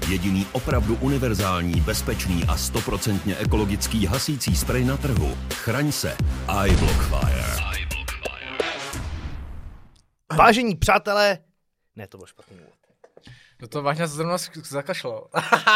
Jediný opravdu univerzální, bezpečný a 100% ekologický hasící sprej na trhu. Chraň se. iBlock Fire. Vážení přátelé... Ne, to bylo špatný úvod. No to vážně se zrovna zakašlo.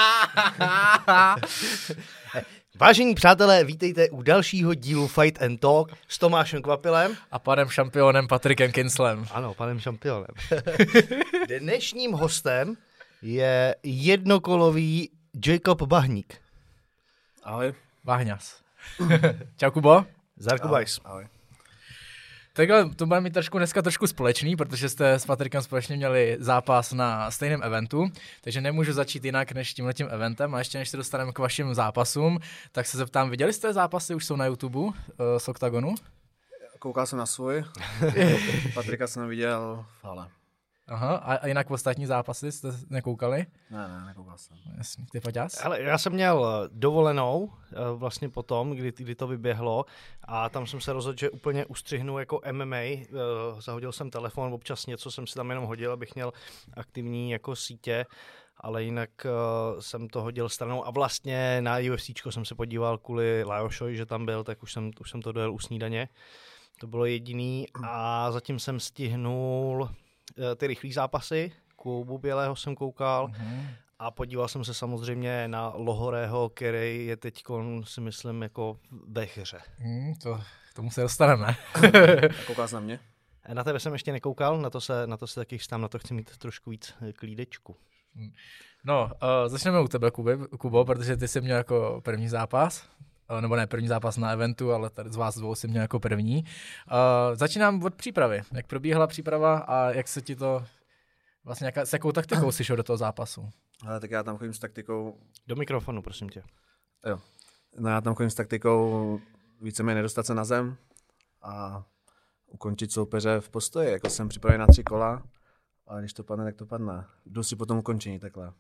Vážení přátelé, vítejte u dalšího dílu Fight and Talk s Tomášem Kvapilem. A panem šampionem Patrikem Kinslem. Ano, panem šampionem. Dnešním hostem je jednokolový Jacob Bahník. Ahoj. Váhňas. Čau, Kubo. Zarku Bajs. Ahoj. Takhle, to bude mít dneska trošku společný, protože jste s Patrikem společně měli zápas na stejném eventu, takže nemůžu začít jinak než tímhletím eventem. A ještě než se dostaneme k vašim zápasům, tak se zeptám, viděli jste zápasy, už jsou na YouTube z Octagonu? Koukal jsem na svůj. Patrika jsem viděl v hale. Aha, a jinak ostatní zápasy jste nekoukali? Ne, nekoukal jsem. Jasně, ty Paťás? Ale já jsem měl dovolenou vlastně potom, kdy to vyběhlo a tam jsem se rozhodl, že úplně ustřihnu jako MMA. Zahodil jsem telefon, občas něco jsem si tam jenom hodil, abych měl aktivní jako sítě, ale jinak jsem to hodil stranou a vlastně na UFCčko jsem se podíval kvůli Lajošovi, že tam byl, tak už jsem to dojel u snídaně. To bylo jediný a zatím jsem stihnul ty rychlý zápasy, Kubu Bělého jsem koukal a podíval jsem se samozřejmě na Lohorého, který je teď, si myslím, jako ve hře. K tomu se dostaneme. Koukal jsi na mě? Na tebe jsem ještě nekoukal, na to se taky chystám, na to chci mít trošku víc klídečku. No, začneme u tebe, Kubo, protože ty jsi měl jako první zápas. Nebo ne první zápas na eventu, ale tady z vás dvou si měl jako první. Začínám od přípravy. Jak probíhala příprava a jak se ti to vlastně s jakou taktikou jsi šel do toho zápasu? Ale tak já tam chodím s taktikou... Do mikrofonu, prosím tě. Jo. No já tam chodím s taktikou víceméně nedostat se na zem a ukončit soupeře v postoji. Jako jsem připravený na 3 kola, ale když to padne, tak to padne. Jdu si potom ukončení takhle.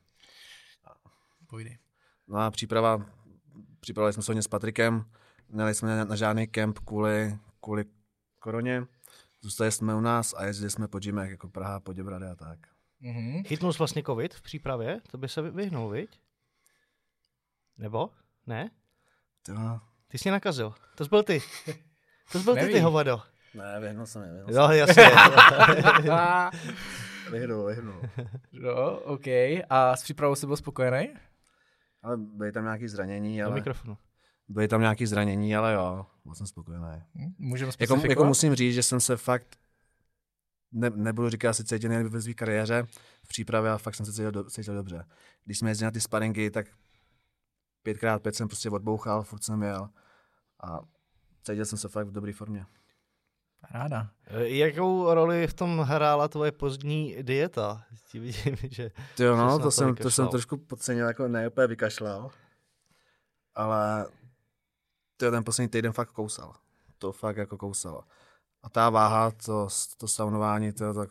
Půjde. No a připravili jsme se hodně s Patrikem, nejeli jsme na žádný kemp kvůli koroně, zůstali jsme u nás a jezdili jsme po gymech, jako Praha, Poděbrady a tak. Mm-hmm. Chytnul jsi vlastně covid v přípravě? To by se vyhnul, viď? Nebo? Ne? Ty jsi mě nakazil. To jsi byl ty. To jsi byl ty hovado. Ne, vyhnul jsem. Jo, jasně. Vyhnul. No, OK. A s přípravou jsi byl spokojený? Ale byly tam nějaké zranění, Do mikrofonu. Byly tam nějaké zranění, ale jo, byl jsem spokojený. Můžeme specifikovat? Jako musím říct, že jsem se fakt, nebudu říkat, asi cítil nejlíp ve své kariéře v přípravě, a fakt jsem se cítil dobře. Když jsme jezdili na ty sparingy, tak 5x5 jsem prostě odbouchal, furt jsem jel a cítil jsem se fakt v dobré formě. Ráda. Jakou roli v tom hrála tvoje pozdní dieta? Vidím, že Jo, no, to jsem trošku podcenil, jako ne úplně vykašlal, ale ten poslední týden fakt kousal. To fakt jako kousalo. A ta váha, to saunování, to tak...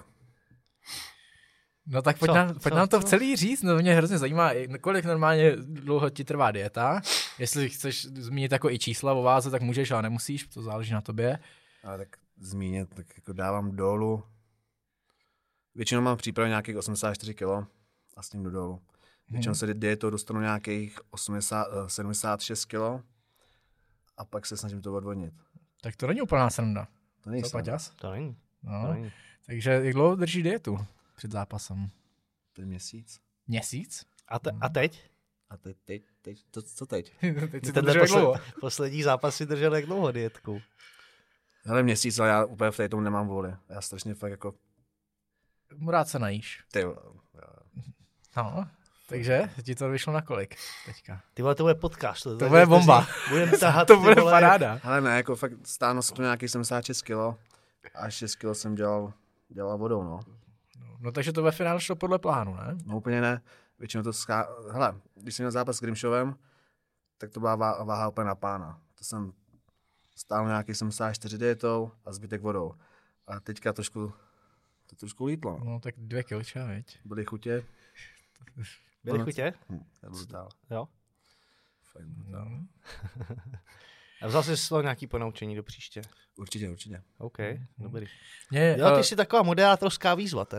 No tak pojď nám to celý říct, no mě hrozně zajímá, kolik normálně dlouho ti trvá dieta. Jestli chceš zmínit jako i čísla o váze, tak můžeš, ale nemusíš, to záleží na tobě. Ale tak zmínit, tak jako dávám dolů. Většinou mám v přípravě nějakých 84 kg a s tím jdu dolů. Většinou se dietou dostanu nějakých 76 kg a pak se snažím to odvodnit. Tak to není úplná sranda. To není sranda. To není. No. To není. Takže jak dlouho drží dietu před zápasem? To je měsíc. Měsíc? A teď? A teď co teď? Teď si to Tenhle drží jak dlouho? poslední zápas si držel jak dlouho dietku? Hele, měsíc, ale já úplně v tomu nemám vůli. Já strašně fakt jako... Rád se najíš. Ty, jo. No, takže ti to vyšlo na kolik teďka? Ty vole, to bude podcast. To bude bomba. Budeme tahat, To bude paráda. Ale ne, jako fakt stáhnu jsem to nějakých 76 kg a 6 kg jsem dělal vodou, no. No takže to ve finále šlo podle plánu, ne? No úplně ne. Většinou to hele, když jsem měl zápas s Grimšovem, tak to byla váha úplně na pána. To jsem stál nějaký 74 dietou a zbytek vodou. A teďka to trošku lítlo. No tak 2 kilča, viď? Byly chutě. Byly chutě? To bylo dál. Jo. Fakt brutál. No. A vzal jsi svého nějaký ponaučení do příště? Určitě. OK, dobrý. Mě, Jo, ty jsi taková moderátorská výzva tady.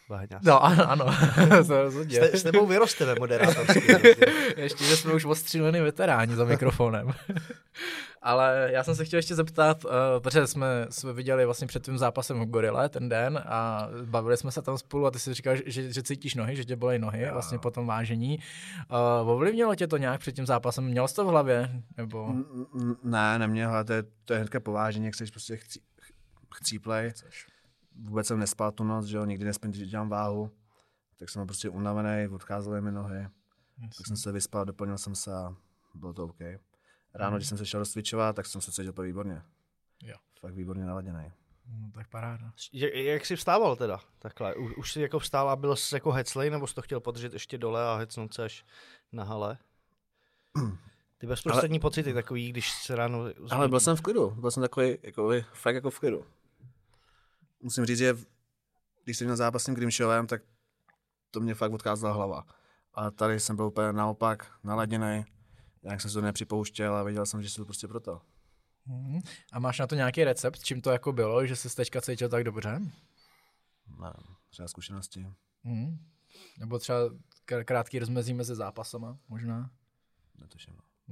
Váňa. No, ano. To rozhodně. S tebou vyrosteme moderátorsky. Ještě, že jsme už ostříleni veteráni za mikrofonem. Ale já jsem se chtěl ještě zeptat, protože jsme viděli vlastně před tím zápasem v Gorile ten den a bavili jsme se tam spolu a ty si říkal, že cítíš nohy, že tě bolej nohy vlastně po tom vážení. Ovlivnilo tě to nějak před tím zápasem? Měl jsi to v hlavě? Nebo... Ne, neměl, ale to je hnedka povážení, jak jsi prostě chcíplej. Vůbec jsem nespal tu noc, že jo, nikdy nespím, když dělám váhu. Tak jsem byl prostě unavený, odcházely mi nohy. Tak jsem se vyspal, doplnil jsem se a bylo to OK. Ráno, když jsem se šel rozcvičovat, tak jsem se cítil výborně. Jo. Fakt výborně naladěný. No, tak paráda. Jak jsi vstával teda? Takhle. Už jsi jako vstál a byl jsi jako heclej, nebo jsi to chtěl podržet ještě dole a hecnout se až na hale? Ty bezprostřední pocity takový, když se ráno... Ale byl jsem v klidu. Byl jsem takový, fakt jako v klidu. Musím říct, že když jsem měl zápas s tím Grimshavem, tak to mě fakt odkázala hlava. A tady jsem byl úplně naopak, naladěný. Jak jsem se to nepřipouštěl a věděl jsem, že se to prostě proto. A máš na to nějaký recept, čím to jako bylo, že jsi teďka cítil tak dobře? Ne, třeba zkušenosti. Nebo třeba krátký rozmezí mezi zápasama, možná? Netuším.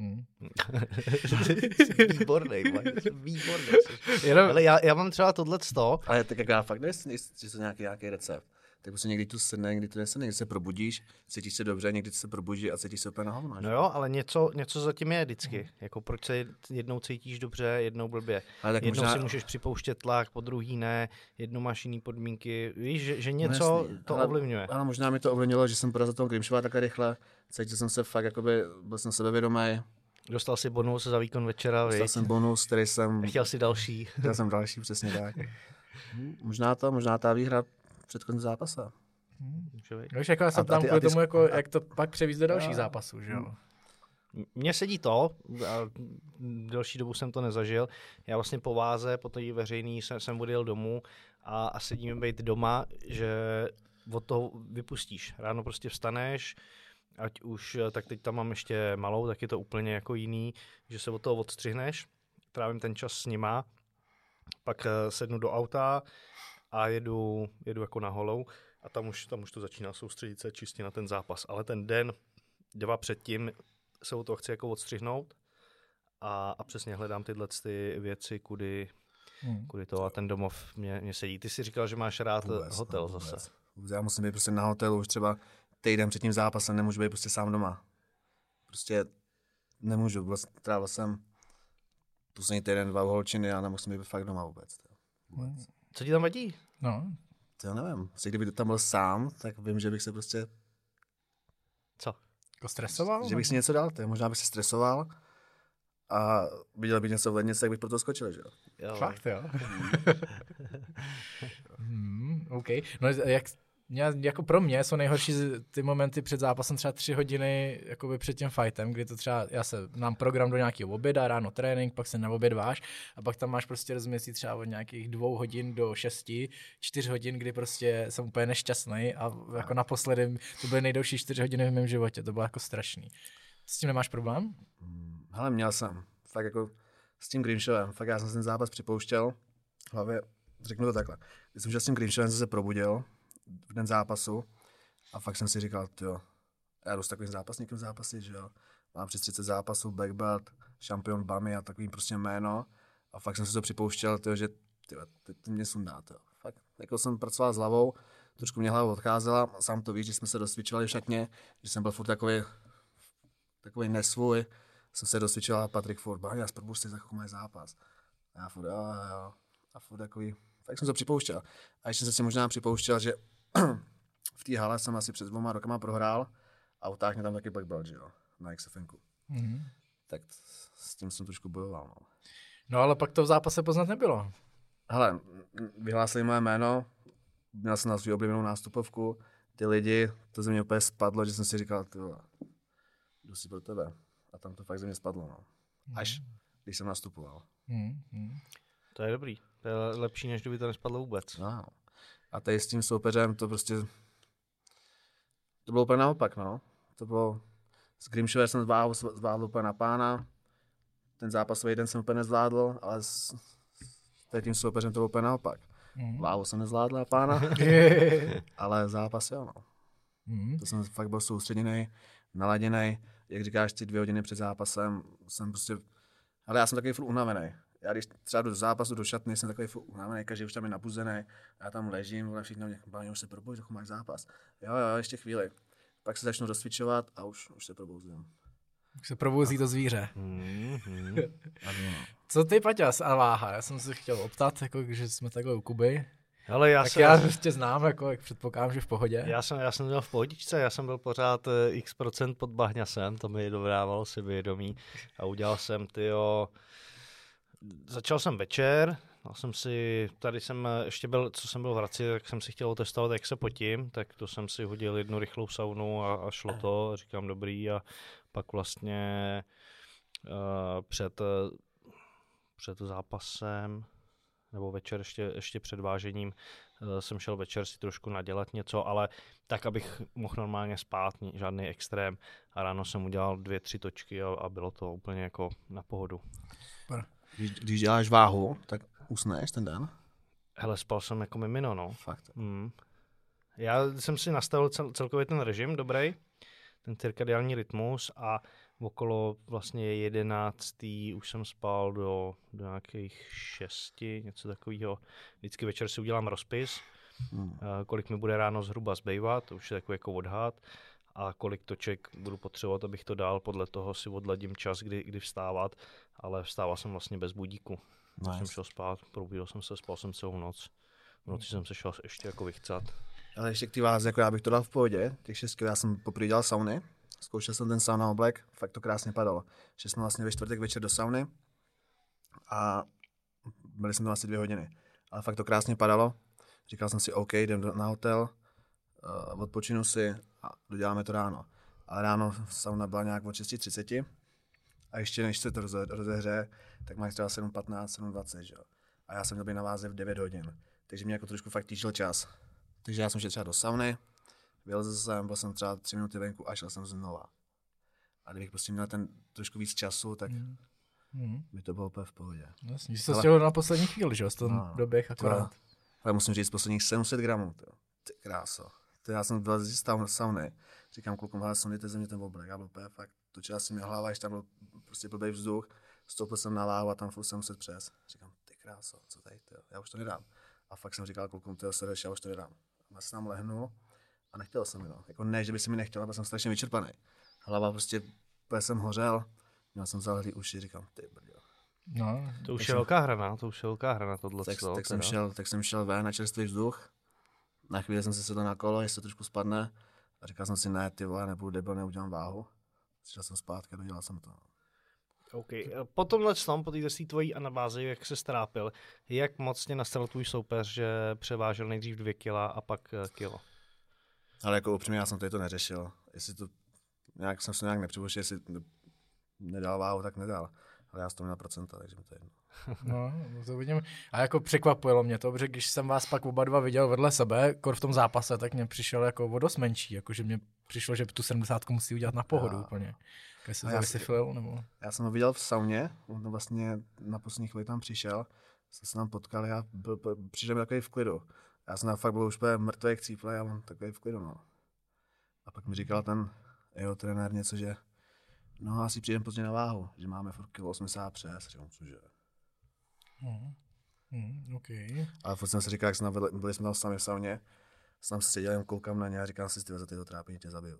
Výborný. Ale já mám třeba tohleto. Ale tak jak já fakt nejsem, že to nějaký recept. Tak prostě někdy tu sedne, někdy tu nesedne, někdy se probudíš, cítíš se dobře, někdy se probudíš a cítíš se úplně na hovno. No jo, ale něco zatím je vždycky. Jako proč se jednou cítíš dobře, jednou blbě. Jednou si můžeš připouštět tlak, po druhý ne, jednou máš jiný podmínky. Víš, že něco to ovlivňuje. Ale možná mi to ovlivnilo, že jsem porazil toho Grimshava takhle rychle, cítil jsem se fakt, jakoby, byl jsem sebevědomý. Dostal si bonus za výkon večera, Dostal jsem bonus, který jsem... Chtěl si další. Chtěl jsem další, přesně tak. možná ta výhra před koncem zápase. Víš, jako já jsem tam kvůli tomu, jako, jak to pak převízt do dalších zápasů, že jo? Mně sedí to, a delší dobu jsem to nezažil, já vlastně po váze, po té veřejný jsem odjel domů a sedí mi být doma, že od toho vypustíš. Ráno prostě vstaneš, ať už, tak teď tam mám ještě malou, tak je to úplně jako jiný, že se od toho odstřihneš, trávím ten čas s nima, pak sednu do auta a jedu jako na holou a tam už to začíná soustředit se čistě na ten zápas. Ale ten den, 2 předtím se o toho chci jako odstřihnout a přesně hledám tyhle věci, kudy to a ten domov mě sedí. Ty jsi říkal, že máš rád hotel zase. Já musím být prostě na hotelu už třeba týden před tím zápasem, nemůžu být prostě sám doma. Prostě nemůžu, trávil jsem poslední týden 2 u holčiny a nemusím být fakt doma vůbec. Co ti tam vadí? No. To já nevím. Kdyby tam byl sám, tak vím, že bych se prostě... Co? Jako stresoval? Že bych si něco dal, možná bych se stresoval a viděl bych něco v lednici, tak bych pro to skočil, že jo. Fakt jo. OK. No jako pro mě jsou nejhorší ty momenty před zápasem třeba 3 hodiny jakoby před tím fightem, kdy to třeba, mám program do nějakého oběda, ráno trénink, pak se na oběd váš a pak tam máš prostě rozmyslí třeba od nějakých 2 hodin do 6, 4 hodin, kdy prostě jsem úplně nešťastný a jako naposledy to byly nejdelší 4 hodiny v mém životě, to bylo jako strašný. S tím nemáš problém? Hele, měl jsem. Fakt jako s tím Grimshavem, fakt já jsem ten zápas připouštěl, v hlavě, řeknu to takhle, když jsem šel s tím Grimshavem, jsem se probudil v den zápasu a fakt jsem si říkal, jo, já jdu s takovým zápasníkem zápasit, že jo, mám přes 30 zápasů, black belt, šampion Bami a takovým prostě jméno a fakt jsem si to připouštěl, tyjo, že ty mě sundá, to. Fakt, jako jsem pracoval s hlavou, trošku mě hlava odcházela, sám to víš, že jsme se dosvědčovali v šatně, že jsem byl furt takový nesvůj, jsem se dosvědčil a Patrik furt, já zprobudu si za chvíli zápas. A já furt, jo. A furt takový, tak jsem to připouštěl. A ještě jsem si možná připouštěl, že v té hale jsem asi před 2 rokama prohrál a utáhl mě tam taky black belt, že jo, na XFNku. Tak s tím jsem trošku bojoval, no. No ale pak to v zápase poznat nebylo. Hele, vyhlásili moje jméno, měl jsem na svou oblíbenou nástupovku, ty lidi, to ze mě úplně spadlo, že jsem si říkal, tyhle, jdu si pro tebe. A tam to fakt ze mě spadlo, no. Až když jsem nastupoval. To je dobrý. To je lepší, než kdyby to nespadlo vůbec. No. A tady s tím soupeřem to prostě... To bylo úplně naopak, no. To bylo... S Grimshavem jsem zvládl úplně na pána. Ten zápasový den jsem úplně nezvládl, ale s tím soupeřem to bylo úplně naopak. Váhu jsem nezvládla, pána. Ale zápas jo, no. To jsem fakt byl soustředěný, naladěný. Jak říkáš, ty 2 hodiny před zápasem jsem prostě... Ale já jsem takový furt unavený. Já když třeba do zápasu, do šatny, jsem takový furt unavený, každý už tam je nabuzený. Já tam ležím, vole, všichni mě báně, už se probouzí, trochu máš zápas. Jo, ještě chvíli. Pak se začnu rozcvičovat a už se probouzím. Už se probouzí to zvíře. Co ty, Paťas, a váha? Já jsem se chtěl optat, jako, že jsme takhle u Kuby. Ale já tě znám, jako, jak předpokládám, že v pohodě. Já jsem byl v pohodičce, já jsem byl pořád x% pod bahňasem, to mi dodávalo sebevědomí a udělal jsem, začal jsem večer, co jsem byl v Hradci, tak jsem si chtěl otestovat, jak se potím, tak to jsem si hodil jednu rychlou saunu a šlo to, říkám dobrý a pak vlastně před zápasem nebo večer ještě před vážením jsem šel večer si trošku nadělat něco, ale tak, abych mohl normálně spát, žádný extrém a ráno jsem udělal 2-3 točky a bylo to úplně jako na pohodu. Když děláš váhu, tak usneš ten den? Hele, spal jsem jako mimino, no. Fakt. Já jsem si nastavil celkově ten režim dobrý, ten cirkadiální rytmus a okolo vlastně 11. už jsem spal do nějakých 6, něco takového. Vždycky večer si udělám rozpis, kolik mi bude ráno zhruba zbývat, to už je takový jako odhad, a kolik toček budu potřebovat, abych to dal, podle toho si odladím čas, kdy vstávat, ale vstával jsem vlastně bez budíku. Nice. Jsem šel spát, probudil jsem se, spal jsem celou noc. V noci jsem se šel ještě jako vychcat. Ale ještě k té váze, jako já bych to dal v pohodě, těch 6 kg, já jsem poprvé dělal sauny, zkoušel jsem ten sauna oblek, fakt to krásně padalo. Šel jsme vlastně ve čtvrtek večer do sauny a byli jsme tam asi 2 hodiny. Ale fakt to krásně padalo. Říkal jsem si, OK, jdem na hotel, odpočinu si a doděláme to ráno. Ale ráno sauna byla nějak od 6:30 a ještě než se to rozehře, tak máš třeba 7:15, 7:20, jo. A já jsem měl být na váze v 9 hodin. Takže mě jako trošku fakt týčil čas. Takže já jsem šel třeba do sauny, vylezl jsem, byl jsem třeba 3 minuty venku a šel jsem znova. A kdybych prostě měl ten trošku víc času, tak by to bylo úplně v pohodě. Jasně, že jsi to stěl na poslední chvíli, že jo, z tom doběh akorát. Ale musím říct, posledních 700 gramů, ty kráso. Já jsem vylezl z sauny, říkám klukům, hele, sundejte ze mě ten oblek, já byl úplně fakt, točila si mě hlava, ještě tam byl prostě blbej vzduch, stoupil jsem na váhu a tam furt jsem muset přes. Říkám, ty kráso, co tady, já už to nedám. A fakt jsem říkal klukům, sereš, já už to nedám. Já jsem tam lehnul a nechtěl jsem mi, no. Jako ne, že by se mi nechtěl, ale jsem strašně vyčerpaný. Hlava prostě, úplně jsem hořel, měl jsem zalehlý uši, říkám, ty brďo. No, to už je velká hrana, tohle. Tak jsem šel ven na čerstvý vzduch, na chvíli jsem se sedl na kolo, jestli to trošku spadne a říkal jsem si, ne, ty vole, nebudu debil, neudělám váhu. Přišel jsem zpátky a dodělal jsem to. OK. Po tomhle po této tvojí anabázi, jak se strápil, jak moc tě nastal tvůj soupeř, že převážel nejdřív 2 kila a pak kilo? Ale jako upřímně, já jsem tady to neřešil. Jestli to nějak jsem se nějak nepřipuštěl, jestli nedal váhu, tak nedal. Ale já jsem to měl procenta, takže mi to jedno. No, to vidím. A jako překvapilo mě to, protože když jsem vás pak oba dva viděl vedle sebe, v tom zápase, tak mě přišel jako o dost menší, jakože mě přišlo, že tu 70 musí udělat na pohodu úplně. Já jsem ho viděl v sauně, on vlastně na poslední chvíli tam přišel, jsme se tam potkali a přišel mi takový v klidu. Já jsem tam fakt byl už mrtvý chcíplej a on takový v klidu, no. A pak mi říkal ten jeho trenér něco, že no asi přijdem pozdě na váhu, že máme furt 80 kg přes, říkám, cože. Okay. Ale furt jsem si říkal, jak byli jsme tam sami v sauně, jsem se seděl, jen koukám na ně a říkám si, ty za tyho trápení tě zabiju.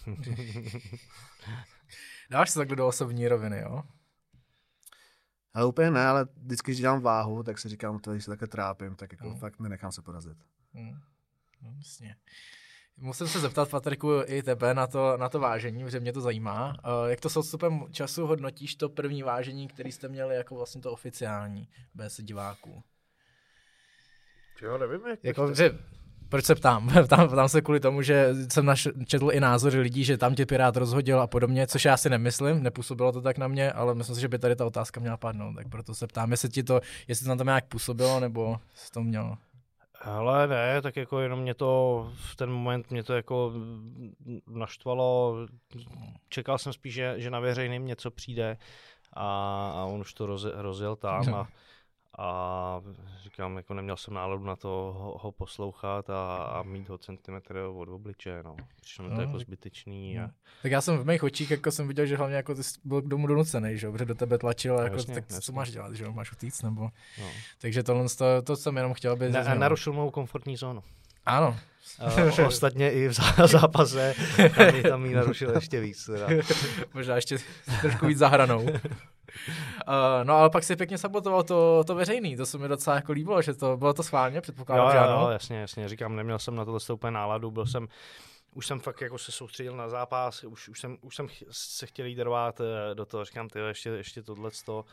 Dáš se takhle do osobní roviny, jo? Ale úplně ne, ale vždycky, když dělám váhu, tak si říkám, když se takhle trápím, tak jako fakt nenechám se porazit. No, jasně. Musím se zeptat, Patriku, i tebe na to vážení, protože mě to zajímá. Jak to s odstupem času hodnotíš to první vážení, který jste měli jako vlastně to oficiální, bez diváků? Jo, nevím, proč se ptám? Ptám se kvůli tomu, že jsem četl i názory lidí, že tam tě Pirát rozhodil a podobně, což já si nemyslím, nepůsobilo to tak na mě, ale myslím si, že by tady ta otázka měla padnout, tak proto se ptám, jestli to na tom nějak působilo, nebo jsi to měl. Ale ne, tak jako jenom mě to v ten moment jako naštvalo, čekal jsem spíš, že na veřejným něco přijde a on už to rozjel tam a říkám, jako neměl jsem náladu na to ho poslouchat a mít ho centimetr od obličeje, no. Přišlo mi to jako zbytečný. A... Tak já jsem v mých očích jako jsem viděl, že hlavně jako ty jsi byl k domu donucený, že jo, protože do tebe tlačil a jako, jasně, tak jasně. co máš dělat, že jo, máš utíct, nebo... No. Takže to jsem jenom chtěl, aby... Narušil mou komfortní zónu. Ano. Ostatně i v zápase tam jí narušil ještě víc. Teda. Možná ještě trošku víc za hranou. No ale pak si pěkně sabotoval to veřejný, to se mi docela jako líbilo, že to bylo to schválně, předpokládám, že ano. Jo, jasně, říkám, neměl jsem na tohle úplně náladu, už jsem fakt jako se soustředil na zápas, už jsem se chtěl jít rvát do toho, říkám, ještě tohleto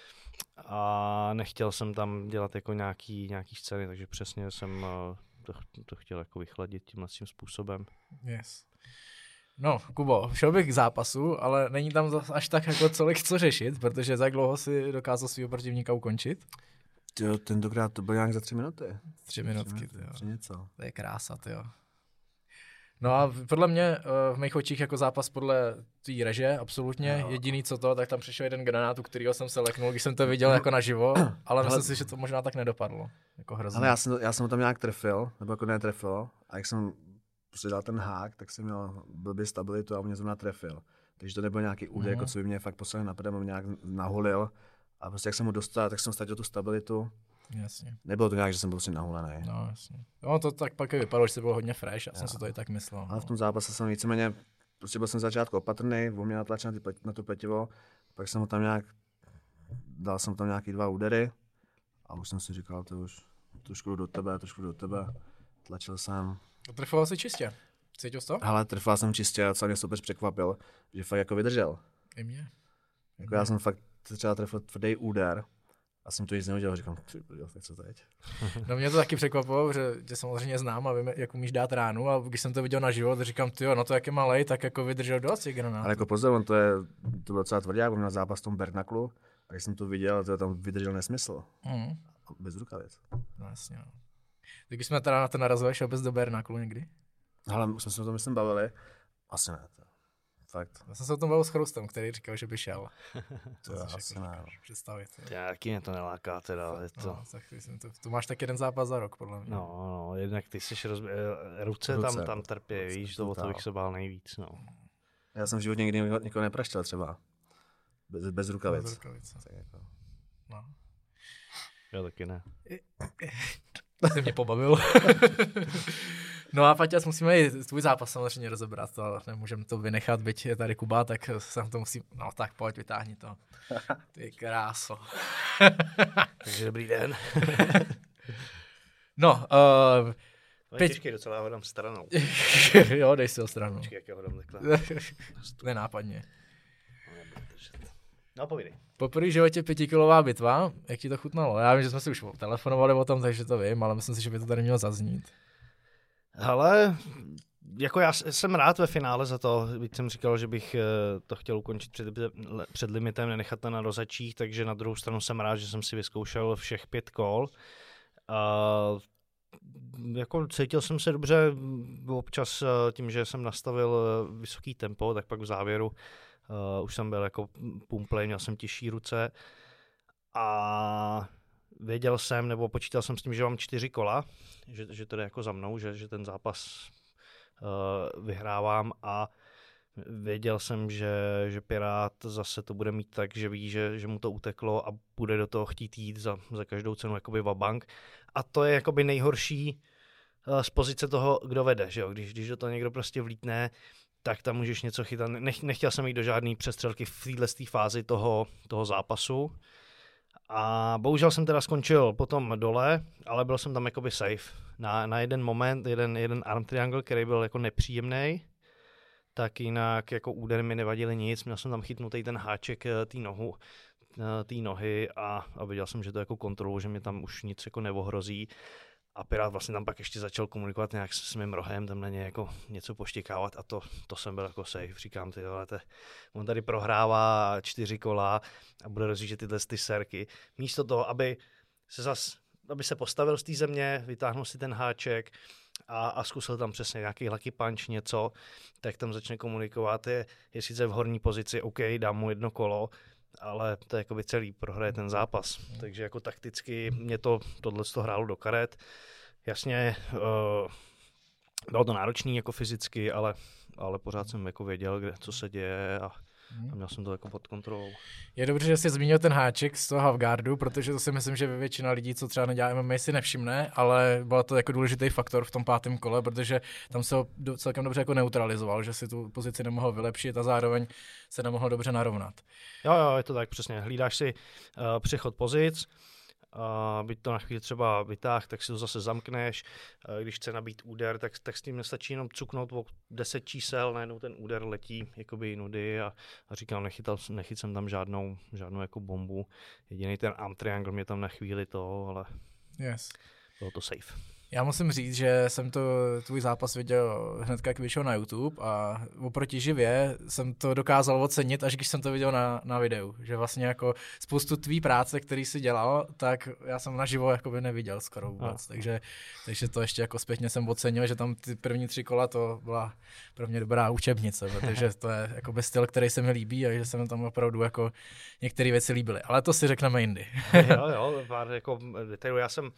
a nechtěl jsem tam dělat jako nějaký scény, takže přesně jsem to chtěl jako vychladit tímhle způsobem. Yes. No, Kubo, šel bych k zápasu, ale není tam až tak jako co řešit, protože za jak dlouho si dokázal svého protivníka ukončit? Tyjo, tentokrát to bylo nějak za 3 minuty. 3 minutky, tyjo. Něco. To je krása, tyjo. No a podle mě v mých očích jako zápas podle tvý reže, absolutně. No. Jediný co to, tak tam přišel jeden granát, u kterého jsem se leknul, když jsem to viděl jako naživo, ale myslím si, že to možná tak nedopadlo. Jako hrozně. Ale já jsem ho tam nějak trefil, nebo jako netrefil, a jak jsem prostě dal ten hák, tak jsem měl blbý stabilitu a on mě zrovna trefil. Takže to nebyl nějaký úder, jako co by mě fakt poslal napřed, mě nějak naholil. A prostě jak jsem ho dostal, tak jsem ztratil tu stabilitu. Jasně. Nebylo to nějak, že jsem byl prostě nahulený. No, jasně. No, to tak pak vypadalo, že jsi byl hodně fresh, já jsem si to i tak myslel. Ale v tom zápase jsem víceméně, prostě byl jsem začátku opatrný, on mě natlačil na to pletivo, pak jsem ho tam dal jsem tam nějaký 2 údery a už jsem si říkal, to už trošku do tebe, tlačil jsem. A trefoval jsi čistě, cítil jsi to? Hele, trefal jsem čistě a co mě super překvapil, že fakt jako vydržel. I mě. Jako já jsem fakt třeba trefil tvrdý úder a jsem to nic neudělal, říkám, co teď? No mě to taky překvapilo, že tě samozřejmě znám a vím, jak umíš dát ránu a když jsem to viděl na život, říkám, tyjo, no to jak je malej, tak jako vydržel dost těch granátů. Ale jako pozor, to bylo docela tvrdě, jak on měl zápas v tom Bernaklu a když jsem to viděl, to tam vydržel nesmysl. Bez rukavic. No jasně, no. Tak když jsme teda na to narazili, šel bys do Bernaklu někdy? Ale už jsme se o tom myslím bavili. Asi ne. Fakt. Já jsem se o tom bavil s Chrustem, který říkal, že by šel. To asi ne. Představit. Taky mě to neláká teda. Je to... No, tak to máš tak jeden zápas za rok, podle mě. No, jednak ty jsi ruce tam trpí, víš, to o to bych se bál nejvíc, no. Já jsem v životě nikdy nikoho nepraštěl třeba. Bez rukavic. Bez rukavic. Jako. No. Já taky ne. Jsi mě pobavil. No a Paťas, musíme i tvůj zápas samozřejmě rozebrat, to nemůžeme to vynechat, byť je tady Kuba, tak se to musím, no tak pojď, vytáhni to. Ty kráso. Takže dobrý den. No, těžký docela, já ho dám stranou. Jo, dej si ho stranou. Počkej, jak já ho dám takhle. Nenápadně. No, povídej. Po první životě 5kilová bitva, jak ti to chutnalo? Já vím, že jsme si už telefonovali o tom, takže to vím, ale myslím si, že by to tady mělo zaznít. Hele, jako já jsem rád ve finále za to, byť jsem říkal, že bych to chtěl ukončit před limitem, nenechat to na rozačích, takže na druhou stranu jsem rád, že jsem si vyzkoušel všech 5 kol. Jako cítil jsem se dobře, občas tím, že jsem nastavil vysoký tempo, tak pak v závěru už jsem byl jako pumplej, měl jsem těžší ruce a věděl jsem, nebo počítal jsem s tím, že mám 4 kola, že to jde jako za mnou, že ten zápas vyhrávám a věděl jsem, že Pirát zase to bude mít tak, že ví, že mu to uteklo a bude do toho chtít jít za každou cenu jakoby vabank. A to je jakoby nejhorší z pozice toho, kdo vede, že jo? Když do toho někdo prostě vlítne, tak tam můžeš něco chytat. Nechtěl jsem jít do žádný přestřelky v této fázi toho zápasu. A bohužel jsem teda skončil potom dole, ale byl jsem tam jakoby safe. Na jeden moment, jeden arm triangle, který byl jako nepříjemný, tak jinak jako úder mi nevadily nic. Měl jsem tam chytnutý ten háček té nohy a viděl jsem, že to jako kontrolu, že mě tam už nic jako neohrozí. A Pirát vlastně tam pak ještě začal komunikovat nějak s mým rohem, tam na ně jako něco poštěkávat a to jsem byl jako safe. Říkám, on tady prohrává 4 kola a bude rozjíždět tyhle serky. Místo toho, aby se postavil z té země, vytáhnul si ten háček a zkusil tam přesně nějaký lucky punch, něco, tak tam začne komunikovat, je sice v horní pozici, OK, dám mu 1 kolo, ale to je jakoby celý, prohraje ten zápas. Takže jako takticky mě tohleto hrálo do karet. Jasně, bylo to náročný jako fyzicky, ale pořád jsem jako věděl, co se děje a měl jsem to jako pod kontrolou. Je dobře, že jsi zmínil ten háček z toho halfguardu, protože to si myslím, že většina lidí, co třeba nedělá MMA, si nevšimne, ale byl to jako důležitý faktor v tom 5. kole, protože tam se ho celkem dobře jako neutralizoval, že si tu pozici nemohl vylepšit a zároveň se nemohl dobře narovnat. Jo, je to tak přesně. Hlídáš si přechod pozic, byť to na chvíli třeba vytáh, tak si to zase zamkneš. Když chce nabít úder, tak s tím nestačí jenom cuknout o 10 čísel, najednou ten úder letí jakoby jinudy a říkám, nechyt jsem tam žádnou jako bombu. Jediný ten arm triangle mě tam na chvíli ale bylo to safe. Já musím říct, že jsem tvůj zápas viděl hned, jak vyšel na YouTube a oproti živě jsem to dokázal ocenit, až když jsem to viděl na videu. Že vlastně jako spoustu tvý práce, který jsi dělal, tak já jsem naživo jakoby neviděl skoro vůbec. Takže to ještě jako zpětně jsem ocenil, že tam ty první 3 kola to byla pro mě dobrá učebnice, protože to je jako styl, který se mi líbí a že se mi tam opravdu jako některé věci líbily. Ale to si řekneme jindy. jo, pár jako detailů. Já jsem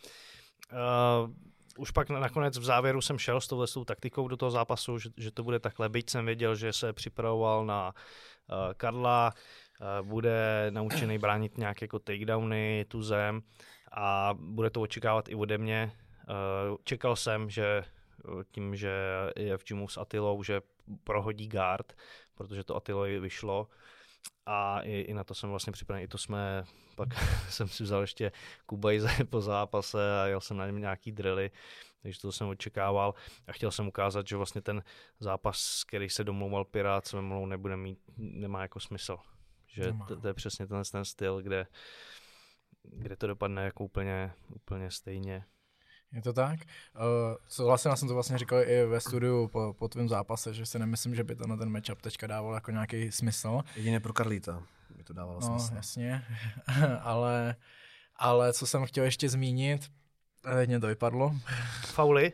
už pak nakonec v závěru jsem šel s touhletou taktikou do toho zápasu, že to bude takhle, byť jsem věděl, že se připravoval na Karla, bude naučený bránit nějaké jako takedowny, tu zem a bude to očekávat i ode mě. Čekal jsem, že tím, že je v gymu s Attilou, že prohodí guard, protože to Attilovi vyšlo a i na to jsem vlastně připravený, pak jsem si vzal ještě Kubajze po zápase a jel jsem na něm nějaký drilly, takže to jsem očekával a chtěl jsem ukázat, že vlastně ten zápas, který se domlouval Pirát, se mnou nemá jako smysl. Že to je přesně ten styl, kde to dopadne jako úplně stejně. Je to tak? Souhlasím, já jsem to vlastně říkal i ve studiu po tvém zápase, že si nemyslím, že by to na ten matchup teďka dával jako nějaký smysl. Jedině pro Karlíta by to dávalo smysl. No, jasně. ale co jsem chtěl ještě zmínit, mě to vypadlo. Fauly.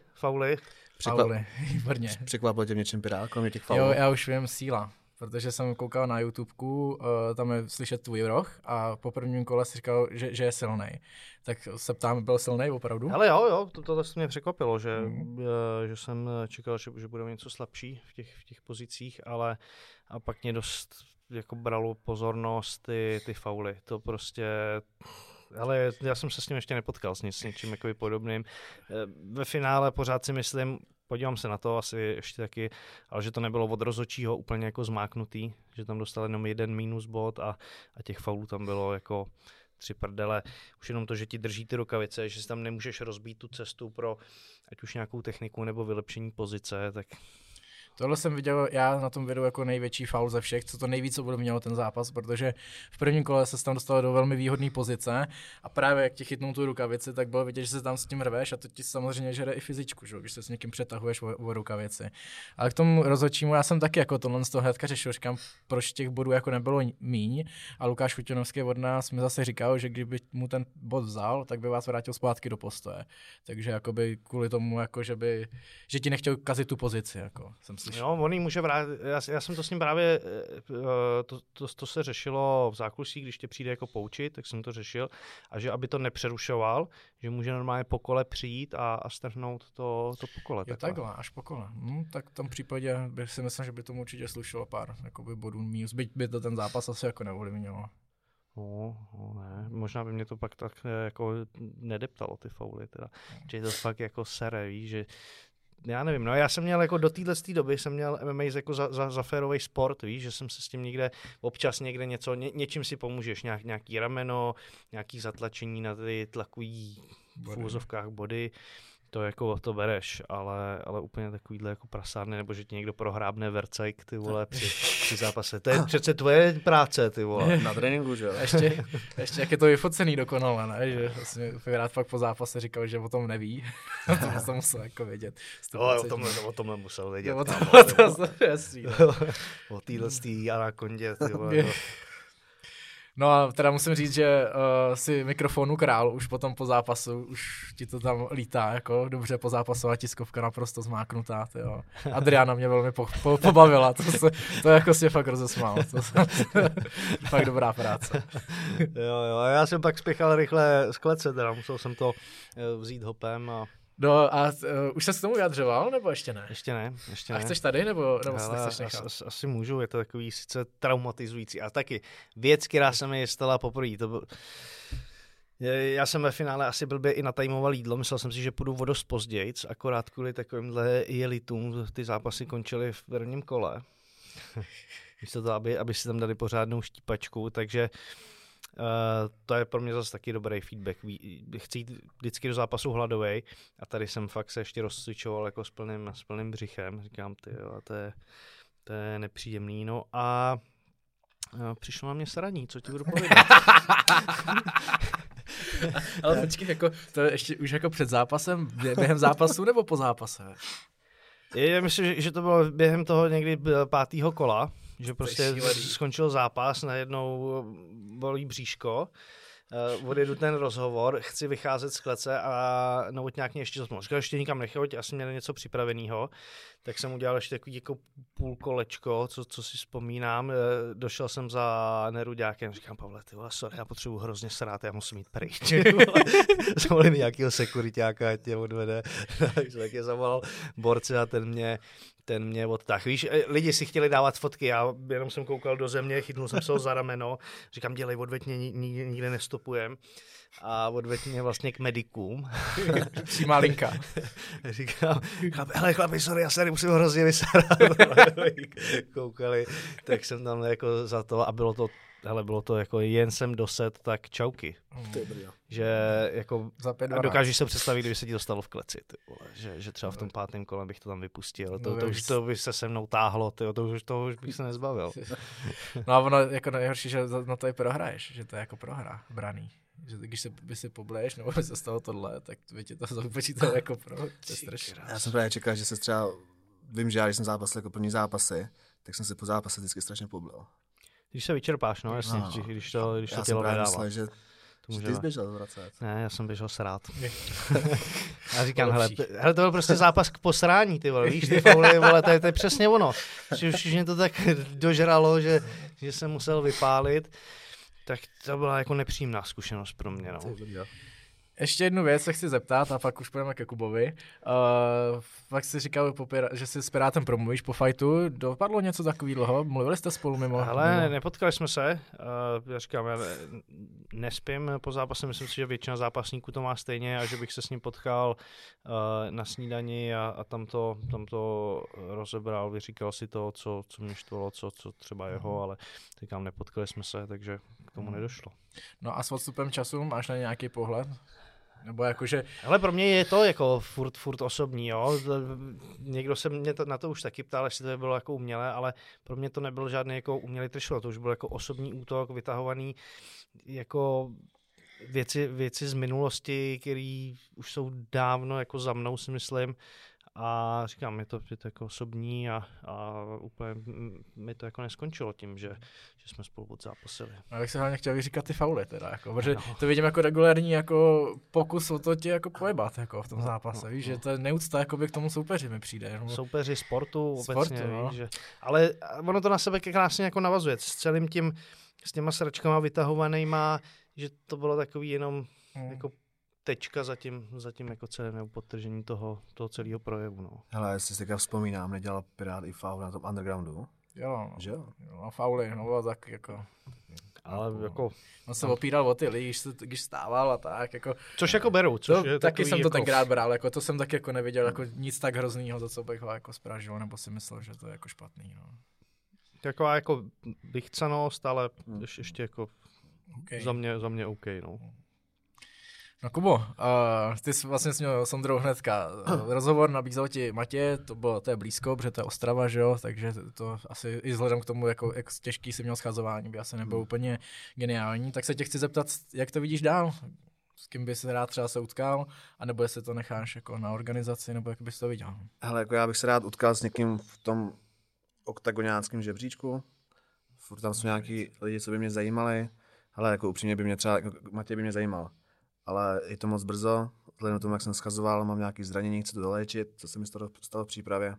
Výborně. Překvapil tě v něčem Pirát, kromě těch faulů? Jo, já už vím, síla. Protože jsem koukal na YouTubeku, tam je slyšet tvůj roh a po prvním kole si říkal, že je silnej. Tak se ptám, byl silnej opravdu? Ale jo, tohle mě překvapilo, že jsem čekal, že bude něco slabší v těch pozicích, ale a pak mě dost jako bralo pozornost ty fauly. To prostě... Ale já jsem se s ním ještě nepotkal s něčím jako podobným. Ve finále pořád si myslím, podívám se na to asi ještě taky, ale že to nebylo od rozhodčího úplně jako zmáknutý, že tam dostal jenom 1 minus bod a těch faulů tam bylo jako 3 prdele. Už jenom to, že ti drží ty rukavice, že si tam nemůžeš rozbít tu cestu pro ať už nějakou techniku nebo vylepšení pozice, tak... Tohle jsem viděl já na tom videu jako největší faul ze všech, co to nejvíc ovlivnilo ten zápas, protože v prvním kole se tam dostal do velmi výhodné pozice a právě jak ti chytnou tu rukavici, tak bylo vidět, že se tam s tím rveš a to ti samozřejmě žere i fyzičku, že? Když se s někým přetahuješ o rukavici. Ale k tomu rozhodčímu já jsem taky jako tohle z toho hnedka řešil, říkám, proč těch bodů jako nebylo míň a Lukáš Chutinovský od nás mi zase říkal, že kdyby mu ten bod vzal, tak by vás vrátil zpátky do postoje. Takže jakoby kvůli tomu, jako že ti nechtěl kazit tu pozici, jako jsem slyšel. Jo, on jí může vrátit, já jsem to s ním právě, to se řešilo v zákulisí, když tě přijde jako poučit, tak jsem to řešil, a že aby to nepřerušoval, že může normálně po kole přijít a strhnout to po kole. Jo, takhle, až po kole. Tak v tom případě bych si myslel, že by tomu určitě slušelo pár jakoby bodů minus, byť by to ten zápas asi jako neovlivnilo. Ne, možná by mě to pak tak jako nedeptalo ty fauly, teda. Že to fakt jako sere, víš, že já nevím, no já jsem měl jako do téhle doby jsem měl MMA jako za férový sport, víš, že jsem se s tím někde, občas někde něco, něčím si pomůžeš, nějaký rameno, nějaký zatlačení na ty tlakový v úvozovkách body, to jako to bereš, ale úplně takovýhle jako prasárny, nebo že ti někdo prohrábne vercajk, ty vole, při zápase. To je přece tvoje práce, ty vole. Na tréninku, že jo? Ještě jak je to vyfocený dokonale, ne? Že vlastně rád pak po zápase říkal, že o tom neví. To musel jako vědět. O tomhle musel vědět. To jasný. O téhle anakondě, ty vole. No a teda musím říct, že si mikrofonu král už potom po zápasu, už ti to tam lítá, jako dobře po zápasová tiskovka naprosto zmáknutá, tyjo. Adriana mě velmi pobavila, to jako si fakt rozesmál, fakt dobrá práce. Jo, a já jsem pak spěchal rychle z klece, teda musel jsem to vzít hopem a... No a už se s tomu vyjadřoval, nebo ještě ne? Ještě ne. A chceš tady, nebo se Ale chceš nechat? asi můžu, je to takový sice traumatizující. A taky věc, která se mi stala poprvé, já jsem ve finále asi blbě i natajmoval jídlo, myslel jsem si, že půjdu o dost pozdějc, akorát kvůli takovýmhle jelitům ty zápasy končily v prvním kole. Místo toho, aby si tam dali pořádnou štípačku, takže to je pro mě zase taky dobrý feedback. Chci jít vždycky do zápasu hladovej a tady jsem fakt se ještě rozcvičoval jako s plným břichem. Říkám, to je nepříjemný. No a přišlo na mě sraní, co ti budu povědět. Ale počkej, jako, to je ještě už jako před zápasem, během zápasu nebo po zápase? Já myslím, že to bylo během toho někdy 5. kola, že prostě skončil zápas, najednou bolí bříško, odjedu ten rozhovor, chci vycházet z klece a Novotňák mě ještě zasmul. Říkal, ještě nikam nechoď, asi měl něco připraveného, tak jsem udělal ještě takový jako půl kolečko, co si vzpomínám. Došel jsem za Neruďákem, říkám, Pavle, ty vole, sorry, já potřebuji hrozně srát, já musím jít pryč. Zavolil nějakého sekuriťáka, ať tě odvede, takže tak je zavolal borce a ten mě odtáhl. Víš, lidi si chtěli dávat fotky, já jenom jsem koukal do země, chytnul jsem se ho za rameno, říkám, dělej, odveď mě, nikde nestopujem. A odveď mě vlastně k medikům. Přímá linka. Říkám, chlapi, sorry, já se tady musím hrozně vysarat. Koukali, tak jsem tam jako za to a bylo to jako jen jsem doset, tak čauky. Že jako dokážeš se představit, kdyby se ti dostalo v kleci, ty vole, že třeba v tom 5. kole bych to tam vypustil. To by se mnou táhlo, to už bych se nezbavil. No a ono jako nejhorší, že na to i prohraješ, že to je jako prohra braný. Že když by si pobleješ, nebo by se stalo tohle, tak by ti to vypočítalo jako pro. To je strašné. Já jsem právě čekal, že se třeba, vím, že já když jsem zápasil jako první zápasy, tak jsem se po zápase vždycky strašně poblil. Když se vyčerpáš, no jasně, když to tělo nedává. Myslel, že ty jsi běžel vracet. Ne, já jsem běžel srát. Já říkám, hele, to byl prostě zápas k posrání, ty vole, víš, ty fauly, vole, to je přesně ono. Už mě to tak dožralo, že jsem musel vypálit, tak to byla jako nepříjemná zkušenost pro mě, no. Ještě jednu věc se chci zeptat a pak už půjdeme ke Kubovi. Pak jsi říkal, že si s Pirátem promluvíš po fajtu. Dopadlo něco takového? Mluvili jste spolu mimo? Ale nepotkali jsme se. Já říkám, já nespím po zápase. Myslím si, že většina zápasníků to má stejně a že bych se s ním potkal na snídani a tam to rozebral, vyříkal si to, co mě štvalo, co třeba jeho, ale říkám, nepotkali jsme se, takže k tomu nedošlo. No a s odstupem času máš na nějaký pohled? Nebo jakože... Ale pro mě je to jako furt osobní, jo. Někdo se mě na to už taky ptal, jestli to bylo jako umělé, ale pro mě to nebyl žádný jako umělý trešlo, to už byl jako osobní útok, vytahovaný jako věci z minulosti, které už jsou dávno jako za mnou, si myslím. A říkám, je to jako osobní a úplně mi to jako neskončilo tím, že jsme spolu odzápasili. Já bych se hlavně chtěl vyříkat ty fauly teda, jako, protože to vidím jako regulární jako pokus o to tě jako pojebat jako v tom zápase, víš, že to je neúcta jakoby k tomu soupeři mi přijde. Soupeři sportu obecně, no. Víš, že, ale ono to na sebe krásně jako navazuje, s těma sračkama vytahovanýma, že to bylo takový jenom jako tečka za tím jako celé podtržení toho celého projevu. No. Hele, jestli si teďka vzpomínám, nedělal Pirát i faul na tom undergroundu? Jo, že jo? A fauly, no tak jako... Ale jako... On se opíral o ty lidi, když stával a tak, jako... Což jako beru, taky jsem to tenkrát bral, jako to jsem taky jako neviděl, jako nic tak hroznýho, za co bych ho jako spražil, nebo si myslel, že to je jako špatný, no. Taková jako vychcanost, ale ještě jako okay. za mě OK, no. No Kubo, ty jsi vlastně s měl Sondrou hnedka rozhovor, nabízel ti Matěj, to je blízko, protože to je Ostrava, že jo, takže to asi i vzhledem k tomu, jak těžký jsi měl schazování, by asi nebylo úplně geniální, tak se tě chci zeptat, jak to vidíš dál? S kým bys rád třeba se utkal, anebo jestli to necháš jako na organizaci, nebo jak bys to viděl? Hele, jako já bych se rád utkal s někým v tom oktagonáckém žebříčku, furt tam jsou nějaký lidi, co by mě zajímali. hele, jako upřímně by mě třeba, jako Matěj by mě zajímal, ale je to moc brzo, vzhledem k tomu, jak jsem schazoval, mám nějaké zranění, chci to doléčit, co se mi stalo v přípravě.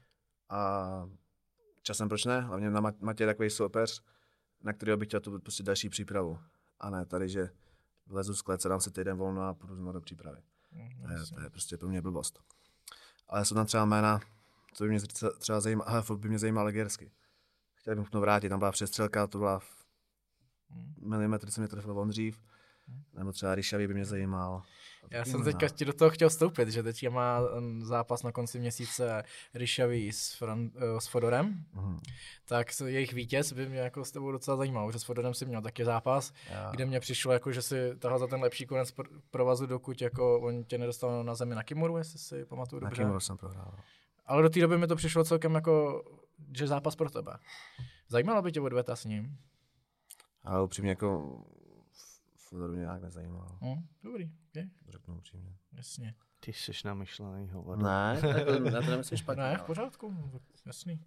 A časem proč ne? Hlavně na Matěj je takový soupeř, na kterého bych chtěl tu prostě další přípravu. A ne tady, že vlezu z klece, dám si týden volno a půjdu znovu do přípravy. To je prostě pro mě blbost. Ale jsou tam třeba jména, co by mě třeba zajímalo, ale by mě zajímalo Legersky. Chtěl bych to vrátit, tam byla přestřelka, to byla milimetr, co mě trefil on dřív. Nebo třeba Ryšavý by mě zajímal. Já jsem teďka do toho chtěl vstoupit, že teďka má zápas na konci měsíce Ryšavý s Fodorem, tak jejich vítěz by mě jako s tebou docela zajímal, že s Fodorem si měl taky zápas, kde mě přišlo, jako, že si tahal za ten lepší konec provazu, dokud jako on tě nedostal na zemi na Kimuru, jestli si pamatuju dobře. Na Kimuru jsem prohrál. Ale do té doby mi to přišlo celkem jako, že zápas pro tebe. Zajímalo by tě odveta s ním? Ale upřímně jako Fodor mě nějak nezajímal. Dobrý, okay. Řeknu upřímně. Jasně. Ty jsi namyšlený hovor. Ne, na to nemyslíš špatně. Ne, v pořádku, jasný.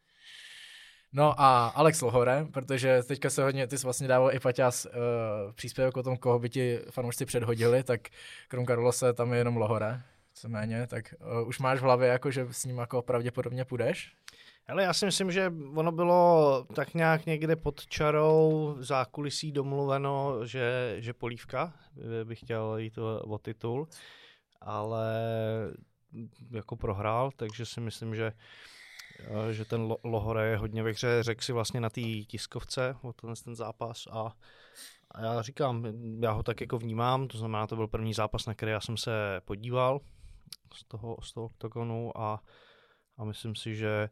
No a Alex Lohore, protože teďka se hodně, ty jsi vlastně dával i Paťas příspěvek o tom, koho by ti fanoušci předhodili, tak krom Carlose tam je jenom Lohore, co méně, tak už máš v hlavě, jako, že s ním jako pravděpodobně půjdeš? Ale já si myslím, že ono bylo tak nějak někde pod čarou zákulisí domluveno, že Polívka by chtěl jít o titul, ale jako prohrál, takže si myslím, že ten Lohore je hodně ve hře. Řekl si vlastně na té tiskovce o ten zápas a já říkám, já ho tak jako vnímám, to znamená, to byl první zápas, na který já jsem se podíval z toho oktagonu a myslím si, že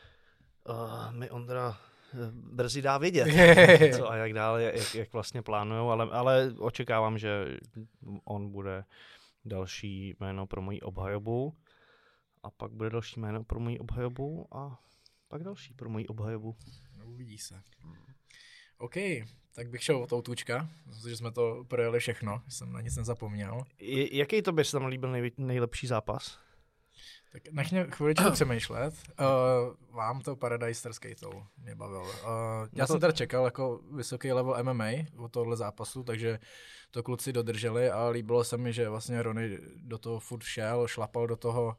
mi Ondra brzy dá vědět, co a jak dále, jak vlastně plánujou, ale očekávám, že on bude další jméno pro moji obhajobu a pak bude další jméno pro moji obhajobu a pak další pro moji obhajobu. No, uvidí se. OK, tak bych šel od Outůčka, protože jsme to projeli všechno, jsem na nic nezapomněl. Jaký to by se tam líbil nejlepší zápas? Tak nech mě chviličku přemýšlet. Vám to Paradise Star Skatou mě bavil. Já jsem teda čekal jako vysoký level MMA od tohohle zápasu, takže to kluci dodrželi a líbilo se mi, že vlastně Ronny do toho furt šel, šlapal do toho.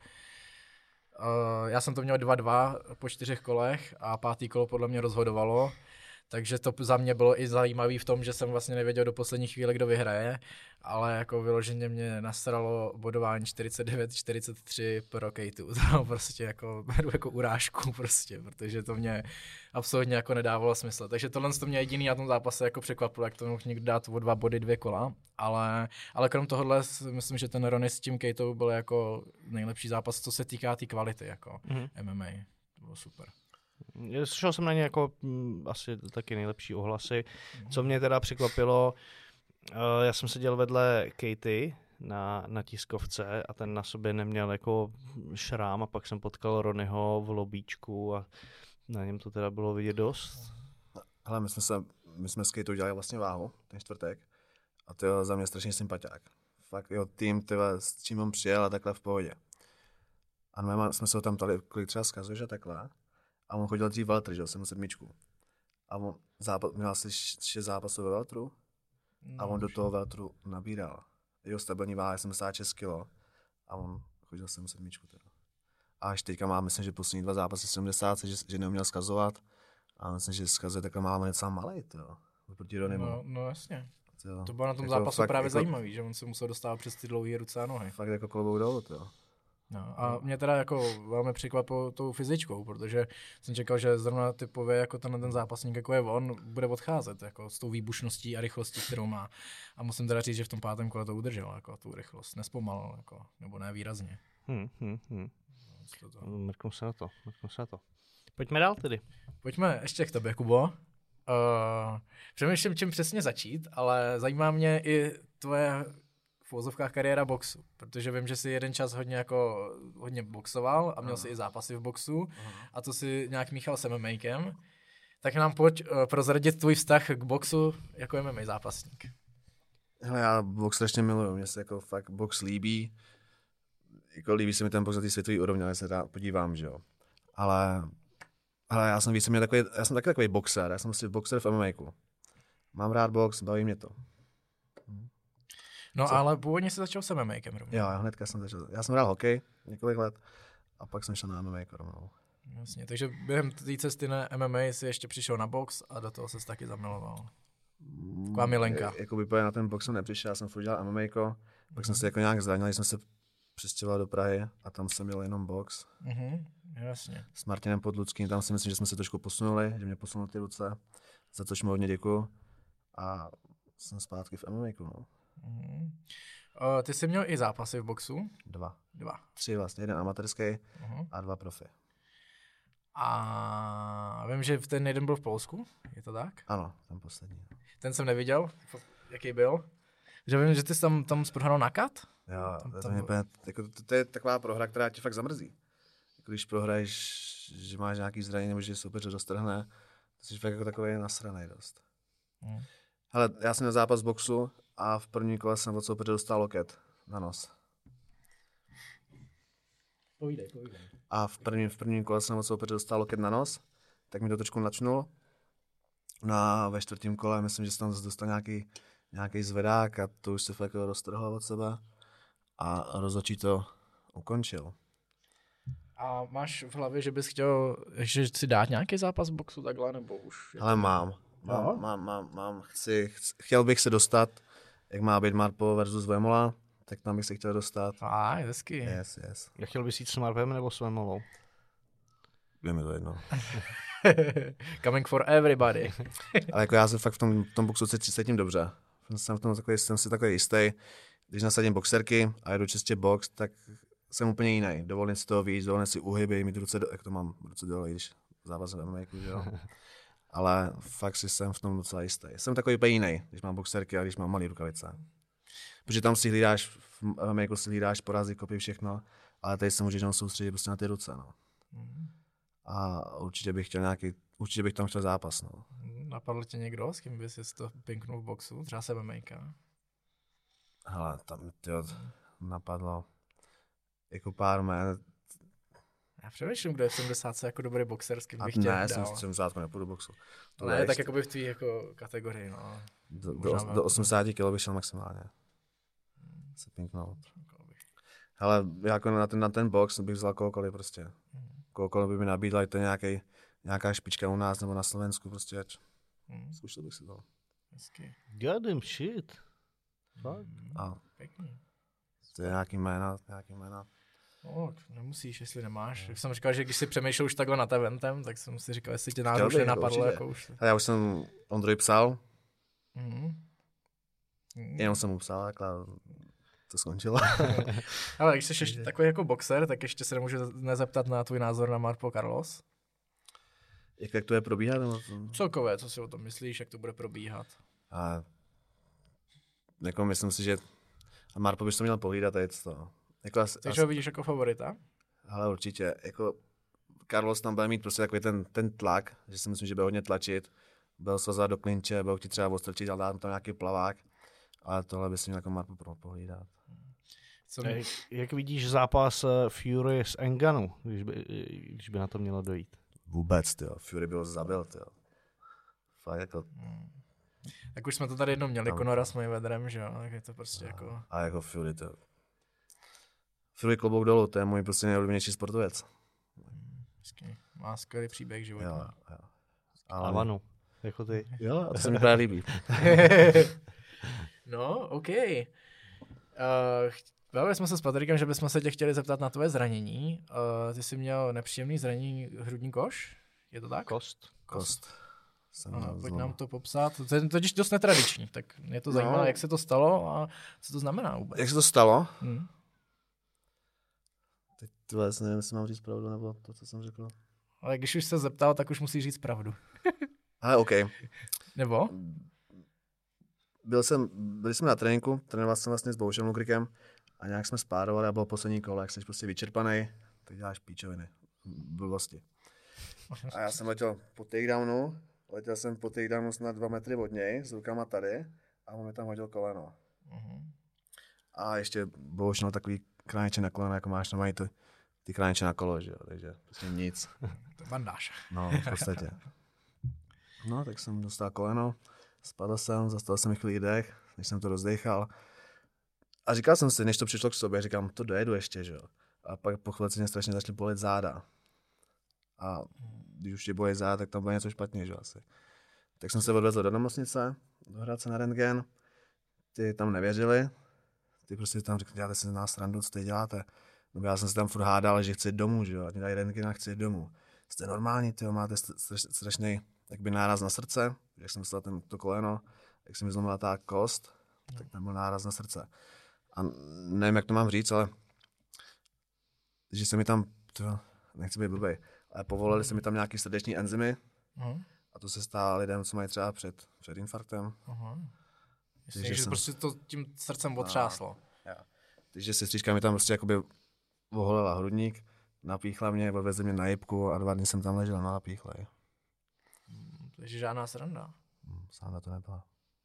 Já jsem to měl 2-2 po 4 kolech a 5. kolo podle mě rozhodovalo. Takže to za mě bylo i zajímavý v tom, že jsem vlastně nevěděl do poslední chvíle, kdo vyhraje, ale jako vyloženě mě nasralo bodování 49-43 pro Kejtu. To prostě jako beru jako urážku prostě, protože to mě absolutně jako nedávalo smysl. Takže tohle to mě jediný na tom zápase jako překvapilo, jak to mohl někdo dát o 2 body 2 kola, ale krom tohohle myslím, že ten Ronny s tím Kejtou byl jako nejlepší zápas, co se týká té kvality jako MMA. To bylo super. Slyšel jsem na ně jako asi taky nejlepší ohlasy. Co mě teda překvapilo, já jsem seděl vedle Katy na tiskovce a ten na sobě neměl jako šrám a pak jsem potkal Ronnyho v lobíčku a na něm to teda bylo vidět dost. Hele, my jsme s Katou dělali vlastně váhu ten čtvrtek a to je za mě strašně sympatiák. Fakt jeho tým, s čím on přijel a takhle v pohodě. A my jsme se ho tam ptali, kolik třeba zkazuješ a takhle. A on chodil dřív Valtr, že 7. A on měl asi 6 zápasů ve Valtru a on do toho Valtru nabíral. Jeho stabilní váha je 76 kg a on chodil 7. teda. A až teďka má, myslím, že poslední 2 zápasy 70, že neuměl skazovat. A myslím, že skazuje takhle málo něco malej, jo. Proti Ronnymu. No jasně. Jo. To bylo na tom jako zápasu právě jako, zajímavý, že on se musel dostávat přes ty dlouhé ruce a nohy. Fakt jako klobouk dolů, jo. No, a mě teda jako velmi překvapilo tou fyzičkou, protože jsem čekal, že zrovna typově jako ten zápasník, jako je on, bude odcházet jako s tou výbušností a rychlostí, kterou má. A musím teda říct, že v tom 5. kole to udržel, jako tu rychlost, nespomalil, jako, nebo ne výrazně. Mrknu se na to. Pojďme dál tedy. Pojďme ještě k tobě, Kubo. Přemýšlím, čím přesně začít, ale zajímá mě i tvoje v uvozovkách kariéra boxu, protože vím, že jsi jeden čas hodně boxoval a měl si i zápasy v boxu a to si nějak míchal s MMAkem. Tak nám pojď prozradit tvůj vztah k boxu jako MMA zápasník. Hele, já box strašně miluju, mně se jako fakt box líbí. Jako líbí se mi ten box na té světové úrovni, ale se rád podívám, že jo. Ale já jsem taky takový boxer, já jsem prostě boxer v MMAku. Mám rád box, baví mě to. No Co? ale původně jsi začal s MMA rovnou. Jo, hnedka jsem začal. Já jsem hrál hokej několik let a pak jsem šel na MMA rovnou. Jasně, takže během té cesty na MMA jsi ještě přišel na box a do toho ses taky zamiloval. Taková milenka. Jakoby na ten box jsem nepřišel, já jsem furt dělal MMA, pak jsem se jako nějak zranil, když jsem se přestěhoval do Prahy a tam jsem měl jenom box. Jasně. S Martinem Podluckým, tam si myslím, že jsme se trošku posunuli, že mě posunul ty ruce, za což mu hodně děkuju. A jsem zpátky v MMA, no. Ty jsi měl i zápasy v boxu? 2. 3 vlastně, 1 amatérský a 2 profi. A vím, že ten jeden byl v Polsku, je to tak? Ano, ten poslední. Ten jsem neviděl, jaký byl. Že vím, že ty jsi tam prohrál na kat? Jo, to je taková prohra, která tě fakt zamrzí. Jako když prohraješ, že máš nějaký zranění nebo že soupeř roztrhne, to jsi fakt jako takový nasranej dost. Hele, já jsem měl zápas z boxu a v prvním kole jsem od soupeře dostal loket na nos. Povídej. A v prvním kole jsem od soupeře dostal loket na nos, tak mi to trošku načnul. No a ve čtvrtém kole myslím, že jsem tam dostal nějaký zvedák a to už se fakt roztrhlo od sebe a rozhodčí to ukončil. A máš v hlavě, že bys chtěl ještě si dát nějaký zápas v boxu takhle, nebo už? Ale mám. Chtěl bych se dostat, jak má být Marpo versus Vemola, tak tam bych se chtěl dostat. Je hezky. Yes. Já chtěl bys jít s Marpem nebo s Vemolou? Je mi to jedno. Coming for everybody. Ale jako já se fakt v tom boxu cítím dobře. Jsem si takový jistý. Když nasadím boxerky a jedu čistě box, tak jsem úplně jiný. Dovolím si toho víc, dovolím si uhyby, mít ruce, jak to mám ruce dole, když závazem MMA, jo. Ale fakt si jsem v tom docela jistý. Jsem takový úplně jiný, když mám boxerky a když mám malý rukavice. Protože tam si hlídáš, v MMA si hlídáš porazy, kopy, všechno, ale tady se můžeš jenom soustředit prostě na ty ruce, no. A určitě bych tam chtěl zápas, no. Napadl tě někdo, s kým bys si to pinknul v boxu? Třeba se MMA? Hele, tam napadlo jako pár jmén. Já přemýšlím, kdo je v 70 jako dobrý boxer, s kým bych tě dal. Ne, jsem dal. v 70 nepůjdu boxu. Ne, tak jako by v tvý jako kategorii, no. Do 80 kg bych šel maximálně. Se pinknout. Hele, jako na ten box bych vzal kohokoliv prostě. Kohokoliv by mi nabídla, to nějaká špička u nás nebo na Slovensku prostě, ať zkušel bych si to. Hezky. God shit. Fakt? Pěkný. To je nějaký jména. No, nemusíš, jestli nemáš. Jak jsem říkal, že když si přemýšlel už takhle nad eventem, tak jsem si říkal, jestli tě náhodou už nenapadlo. Jako už. Já už jsem Ondroji psal. Jenom jsem mu psal, takhle to skončilo. Ale když jsi ještě takový jako boxer, tak ještě se nemůžu nezeptat na tvůj názor na Marpo Carlos. Jak to je probíhat? Celkově, co si o tom myslíš, jak to bude probíhat? Jako myslím si, že Marpo bys to měl pohlídat, je to. Jako Takže ho vidíš jako favorita? Ale určitě, jako Carlos tam bude mít prostě takový ten tlak, že si myslím, že bude hodně tlačit, byl svazovat do klinče, byl ti třeba odstrčit, ale dát mu tam nějaký plavák, ale tohle by si měl jako Marpo pohlídat. Jak vidíš zápas Fury s Enganu, když by na to mělo dojít? Vůbec, tyjo. Fury byl zabil, tyjo. Fakt jako... Tak už jsme to tady jednou měli, Conora s Mayweatherem, že jo, tak je to prostě jako... A jako Fury, to... Fury klobouk dolů, to je můj prostě nejoblíbenější sportovec. Má skvělý příběh životní. Jo. Ale... Vanu, jako ty. Jo, a to se mi právě líbí. No, OK. Bavili jsme se s Patrikem, že bychom se tě chtěli zeptat na tvoje zranění. Ty jsi měl nepříjemný zranění hrudní koš? Je to tak? Kost. Pojď nám to popsat. To je totiž dost netradiční, tak mě to zajímá, jak se to stalo a co to znamená vůbec. Jak se to stalo? Teď nevím, jestli mám říct pravdu, nebo to, co jsem řekl. Ale když už se zeptal, tak už musí říct pravdu. Ale OK. Nebo? Byli jsme na tréninku, trénoval jsem vlastně s Boušem Lukrikem a nějak jsme spárovali a bylo poslední kolo, jak jsi prostě vyčerpaný, tak děláš píčoviny, blbosti. A já jsem letěl po takedownu snad 2 metry od něj, s rukama tady a on mi tam hodil koleno. A ještě Bouš měl takový krániče na koleno, jako máš normálně ty krániče na kolo, že jo, takže prostě nic. To bandáž. No, v podstatě. No, tak jsem dostal koleno, Spadl jsem, zastavil jsem chvíli dech, než jsem to rozdechal. A říkal jsem si, než to přišlo k sobě, říkám, to dojedu ještě, že jo. A pak po chvíli mě strašně začaly bolet záda. A když už tě bolí záda, tak tam bylo něco špatně, že asi. Tak jsem se odvezl do nemocnice, do Hradce na rentgen. Ty tam nevěřili. Ty prostě tam řekli, děláte si z nás srandu, co tady děláte. No já jsem se tam furt hádal, že chci jít domů, že jo. Ať mi dají rentgen a chci jít domů. Jste normální, tyjo, máte strašný jakby náraz na srdce. Jak jsem dostal to koleno, jak se mi zlomila ta kost, tak tam byl náraz na srdce. A nevím, jak to mám říct, ale že se mi tam, nechci být blbej, ale povolili se mi tam nějaký srdeční enzymy a to se stává lidem, co mají třeba před infarktem. Takže že prostě to tím srdcem otřáslo. Takže sestřička mi tam prostě jakoby oholila hrudník, napíchla mě, odvezli mě na jibku a 2 dny jsem tam ležel na napíchle. Takže žádná sranda. Sám na to nebyla.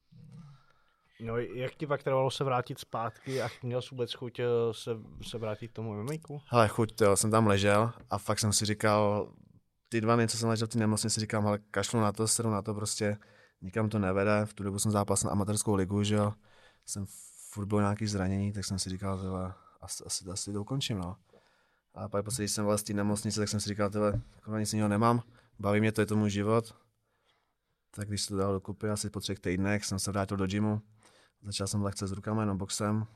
No, jak ti pak trvalo se vrátit zpátky a měl jsi vůbec chuť se vrátit k tomu MMA-ku? Hele, chuť, jsem tam ležel a fakt jsem si říkal, ty 2 dny, co jsem ležel v té nemocnici, si říkám, ale kašlu na to, sedu na to, prostě nikam to nevede. V tu dobu jsem zápasil na amatérskou ligu, že jo. Jsem furt byl nějaký zranění, tak jsem si říkal, tyhle, asi to ukončím, no. A pak když jsem byl z té nemocnice, tak jsem si říkal, tyhle, nic jiného nemám, baví mě to, je to můj život. Tak když se to dal dokupy, asi po 3 týdnech jsem se vrátil do gymu. Začal jsem lehce s rukama, jenom boxem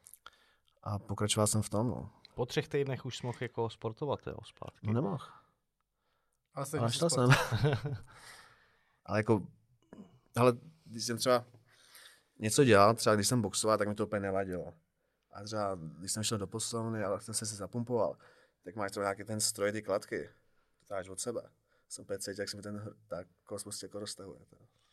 a pokračoval jsem v tom, no. Po 3 týdnech už jsi mohl jako sportovat, jo, zpátky. No nemohl. Ale šel jsem. Ale jako, hele, když jsem třeba něco dělal, třeba když jsem boxoval, tak mi to úplně nevadilo. A třeba když jsem šel do posilovny, ale jsem se zapumpoval, tak máš třeba nějaký ten stroj, ty kladky, to dáš od sebe. Jsem úplně cítil, jak se mi ten kost prostě jako roztahuje.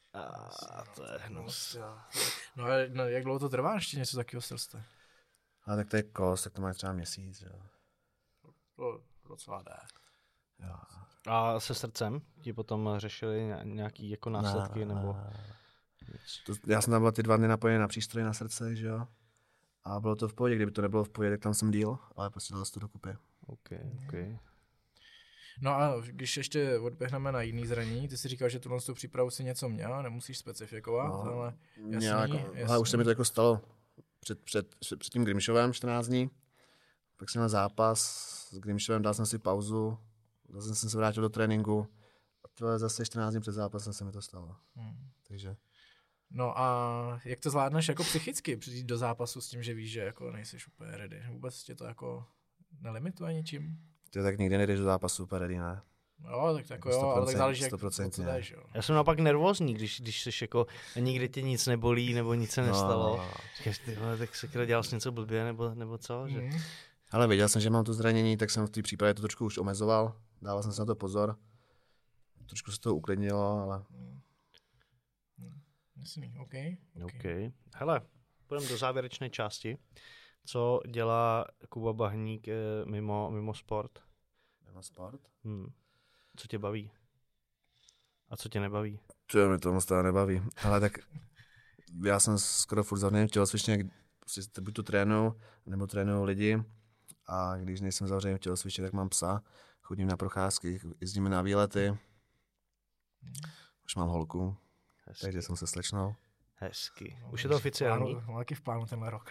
To je hnus. No jak dlouho to trvá, ještě něco takového srste? Ale tak to je kost, tak to má třeba měsíc, jo. To docela jde. Jo. A se srdcem ti potom řešili nějaký jako následky, nebo... Já jsem tam byl ty 2 dny napojený na přístroj na srdce, že jo. A bylo to v pohodě, kdyby to nebylo v pohodě, tak tam jsem díl, ale prostě dal se to dokupy. OK. No a když ještě odběhneme na jiný zranění, ty jsi říkal, že tuhle přípravu si něco měl, nemusíš specifikovat, no, ale jasný. Ale už se mi to jako stalo před tím Grimshovem 14 dní. Pak jsem měl zápas s Grimshovem, dal jsem si pauzu, zase jsem se vrátil do tréninku a to zase 14 dní před zápasem se mi to stalo. Takže... No a jak to zvládneš jako psychicky přijít do zápasu s tím, že víš, že jako nejsiš úplně ready? Vůbec tě to jako nelimituje ničím? Ty tak nikdy nejdeš do zápasu super ready, ne? Jo, tak jako jo, ale tak záleží, jak co jdeš, jo. Já jsem naopak nervózní, když jsi jako, nikdy tě nic nebolí, nebo nic se nestalo. Říkáš, ty vole, tak se dělal jsi něco blbě, nebo co? Že? Ale věděl jsem, že mám to zranění, tak jsem v té přípravě to trošku už omezoval. Dával jsem si na to pozor. Trošku se to uklidnilo, ale... Jasný, OK. Hele, půjdeme do závěrečné části. Co dělá Kuba Bahník mimo sport? Mimo sport? Co tě baví? A co tě nebaví? To mě to moc teda nebaví. Ale tak já jsem skoro furt zavřený v tělocvičně, prostě buď tu trénuju, nebo trénuju lidi. A když nejsem zavřený v tělocvičně, tak mám psa. Chodím na procházky, jezdíme na výlety. Už mám holku. Hezky. Takže jsem se slečnou. Hezky. Už je to oficiální? Mám taky v plánu tenhle rok.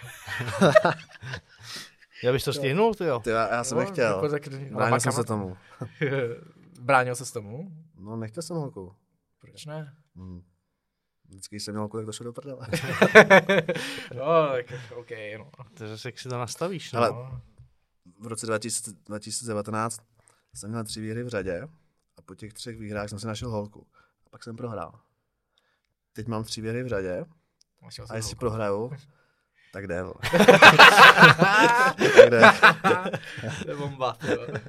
Já bys to stihnul, ty jo? Já jsem nechtěl. Bránil jsem se tomu. Bránil se s tomu? No, nechtěl jsem holku. Proč ne? Vždycky, když jsem měl holku, tak to šlo do prdele. No, tak OK, no. To zase, jak si to nastavíš, no. Ale v roce 2019 jsem měl 3 výhry v řadě a po těch 3 výhrách jsem si našel holku. A pak jsem prohrál. Teď mám 3 výhry v řadě a jestli prohraju, tak jde. To je bomba.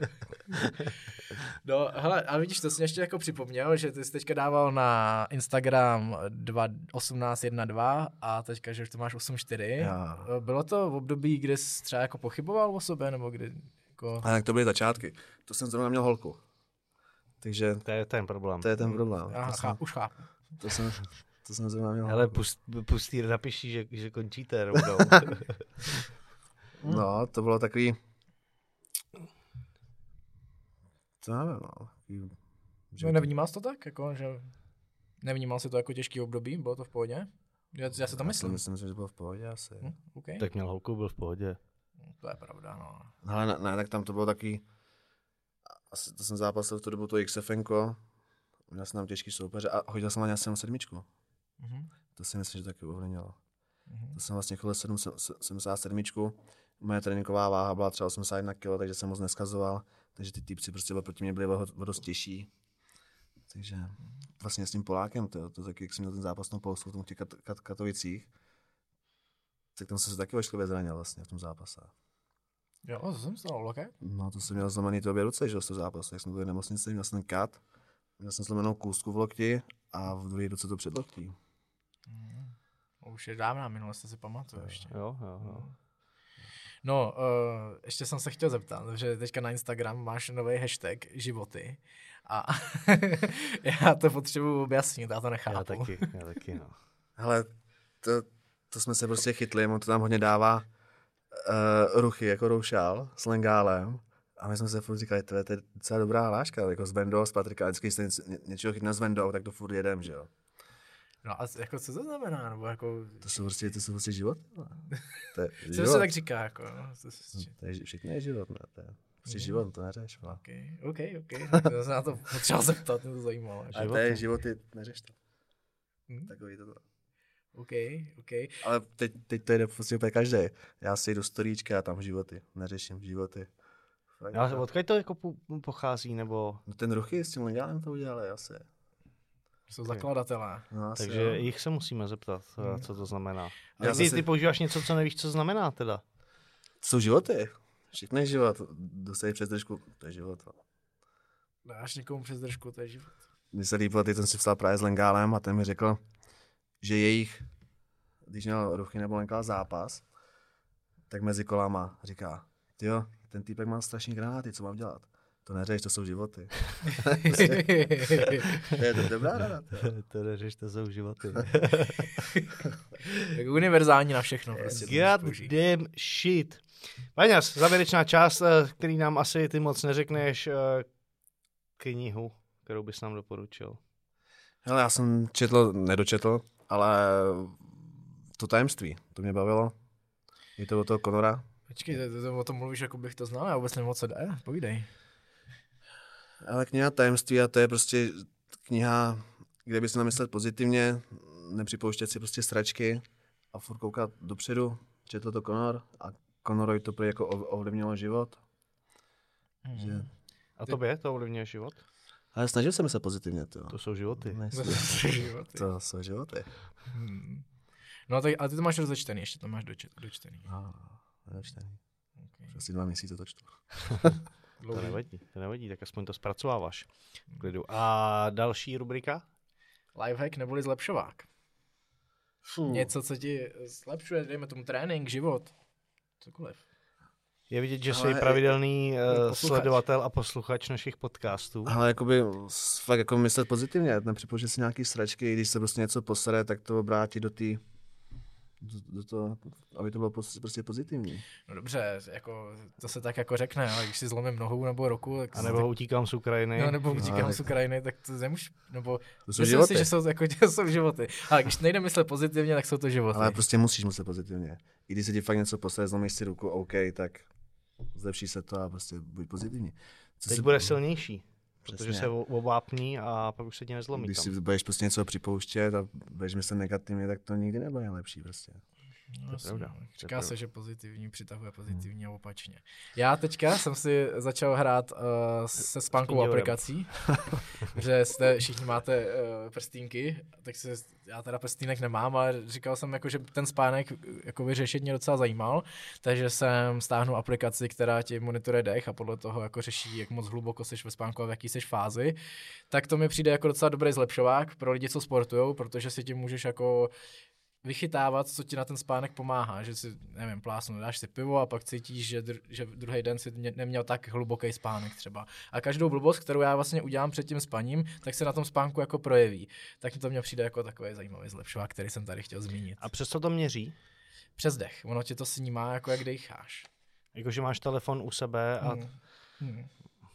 No, hele, a vidíš, to jsi ještě jako připomněl, že ty jsi teďka dával na Instagram 2.18.1.2 a teďka, že už to máš 8.4. Bylo to v období, kdy jsi třeba jako pochyboval o sobě, nebo kdy jako... A tak to byly začátky. To jsem zrovna měl holku. Takže... To je ten problém. To je ten problém. Už chápu. To jsem zrovna měl hele, pustý napiší, že končíte rovnou. No, to bylo takový... To nevím, no. Že nevnímal jsi to tak? Jako, že Nevnímal jsi to jako těžký období? Bylo to v pohodě? Já si to myslím. Myslím, že bylo v pohodě asi. Okay. Tak měl holku, byl v pohodě. To je pravda, no. Ale ne, tak tam to bylo taky, asi to jsem zápasil v tu dobu to XFNko, měl jsem tam těžký soupeře a hodil jsem na nějakou 7. To si myslím, že taky ovlivnilo. To jsem vlastně chodil 77. Moje tréninková váha byla třeba 81 kg, takže jsem moc neskazoval, takže ty týpci prostě proti mě byli o dost těžší. Takže vlastně s tím Polákem, to taky, jak jsem měl ten zápas na Polsku v tom těch Katovicích, tak tam jsem se taky ošklivě zranil vlastně v tom zápase. Jo, to jsem stalo, loket? No to jsem měl zlomený to obě ruce, že z toho zápasu, jak jsem byl v nemocnici, měl jsem kat, měl jsem zlomenou kůzku v lokti a v druhé ruce to předloktí. Už je dávná minulost, si pamatuju ještě. Jo. No, ještě jsem se chtěl zeptat, že teďka na Instagram máš nový hashtag životy a já to potřebuji objasnit, já to nechápu. Já taky, no. Hele, to jsme se prostě chytli, on to tam hodně dává ruchy, jako roušál s Lengálem. A my jsme se furt říkali, to je docela dobrá hláška, jako s Vendou, s Patrika, vždycky jste něčeho chytne s Vendou, tak to furt jedem, že jo. No a jako co to znamená, nebo jako... To jsou prostě život. To je co život. se tak říká, jako, no? To je, všechno je život, ne? To je prostě život, to neřeš. OK. To se na to potřeba zeptat, mě to zajímalo. A to je život, ty neřeš to. Takový to. OK. Ale teď to jde prostě úplně každý. Já si jdu storíčka a tam životy, neřeším životy. Ale odkud to jako pochází, nebo... No ten Ruchy s tím Lengálem to udělali asi. Jsou zakladatelé. No, takže jo. jich se musíme zeptat, co to znamená. Já Ty používáš něco, co nevíš, co znamená teda? To jsou životy. Všechno je život. Dostat přes držku, to je život. Dáš někomu přes držku, to je život. Mně se líbilo, teď jsem si vstal právě s Lengálem a ten mi řekl, že jejich, když měl Ruchy nebo Lengál zápas, tak mezi kolama říká, tyjo, ten týpek má strašný granáty, co mám dělat? To neřeš, to jsou životy. To je dobrá rada. To neřeš, to jsou životy. Tak univerzální na všechno. Prostě God damn shit. Vaňas, závěrečná část, který nám asi ty moc neřekneš, knihu, kterou bys nám doporučil. Hele, já jsem nedočetl, ale to tajemství, to mě bavilo. Je to od toho Conora. Počkej, o tom mluvíš, jako bych to znal, já vůbec nevím, o co jde, povídej. Ale kniha tajemství a to je prostě kniha, kde bys namyslet pozitivně, nepřipouštět si prostě sračky a furt koukat dopředu. Četl to Conor a Conorovi to prý jako ovlivnilo život. Že... A tobě to ovlivňuje život? Ale snažil jsem se pozitivně. To jsou životy. To jsou životy. No tak, ale ty to máš rozečtený, ještě to máš dočtený. Dočtený. Okay. Asi 2 měsíce to čtu. To nevadí, tak aspoň to zpracováváš. A další rubrika? Lifehack neboli zlepšovák. Něco, co ti zlepšuje, dejme tomu trénink, život, cokoliv. Je vidět, že jsi pravidelný sledovatel a posluchač našich podcastů. Ale jakoby fakt jako myslet pozitivně, nepřipouštět si nějaký sračky, když se prostě něco posere, tak to obrátí do toho, aby to bylo prostě pozitivní. No dobře, jako, to se tak jako řekne, ale když si zlomím nohu nebo ruku, tak... A nebo utíkám z Ukrajiny. No, nebo utíkám z Ukrajiny, tak to nemůžu, nebo... To jsou životy. Si, že jsou životy. Ale když nejde myslet pozitivně, tak jsou to životy. Ale prostě musíš myslet pozitivně. I když se ti fakt něco posere, zlomíš si ruku, OK, tak zlepší se to a prostě buď pozitivní. Teď bude silnější, protože se obápní a pak už se ti nezlomí. Když si budeš prostě něco připouštět a budeš myslet negativně, tak to nikdy nebude nejlepší prostě. No, to je pravda. Říká se, že pozitivní přitahuje pozitivní a opačně. Já teďka jsem si začal hrát se spánkovou aplikací, že všichni máte prstínky, tak já teda prstýnek nemám, ale říkal jsem, jako, že ten spánek jako vyřešit mě docela zajímal, takže jsem stáhnul aplikaci, která ti monitoruje dech a podle toho jako řeší, jak moc hluboko jsi ve spánku a v jaký jsi fázi. Tak to mi přijde jako docela dobrý zlepšovák pro lidi, co sportujou, protože si tím můžeš jako vychytávat, co ti na ten spánek pomáhá, že si, nevím, plásnu, dáš si pivo a pak cítíš, že druhý den si neměl tak hluboký spánek třeba. A každou blbost, kterou já vlastně udělám před tím spaním, tak se na tom spánku jako projeví. Tak to mě přijde jako takový zajímavý zlepšovák, který jsem tady chtěl zmínit. A přesto to měří? Přes dech. Ono ti to snímá, jako jak decháš. Jakože máš telefon u sebe a...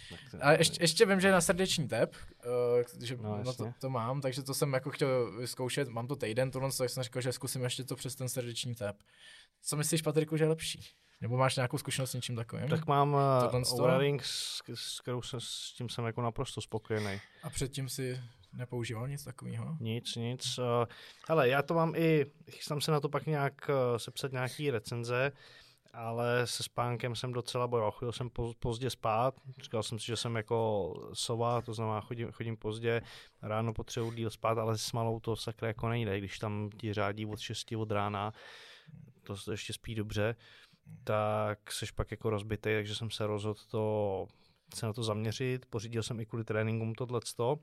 A ještě vím, že na srdeční tep, že No, to mám, takže to jsem jako chtěl vyzkoušet, mám to týden, tohle, tak jsem říkal, že zkusím ještě to přes ten srdeční tep. Co myslíš, Patriku, že je lepší? Nebo máš nějakou zkušenost s něčím takovým? Tak mám Oura Ring, s kterou s tím jsem jako naprosto spokojený. A předtím si nepoužíval nic takového? Nic. Hele, já to mám chystám se na to pak nějak sepsat nějaký recenze, ale se spánkem jsem docela bojoval. Chodil jsem pozdě spát, říkal jsem si, že jsem jako sova, to znamená chodím pozdě, ráno potřebuji díl spát, ale s malou to sakra jako nejde, když tam ti řádí od 6 od rána, to ještě spí dobře, tak seš pak jako rozbitej, takže jsem se rozhodl se na to zaměřit, pořídil jsem i kvůli tréninkům tohleto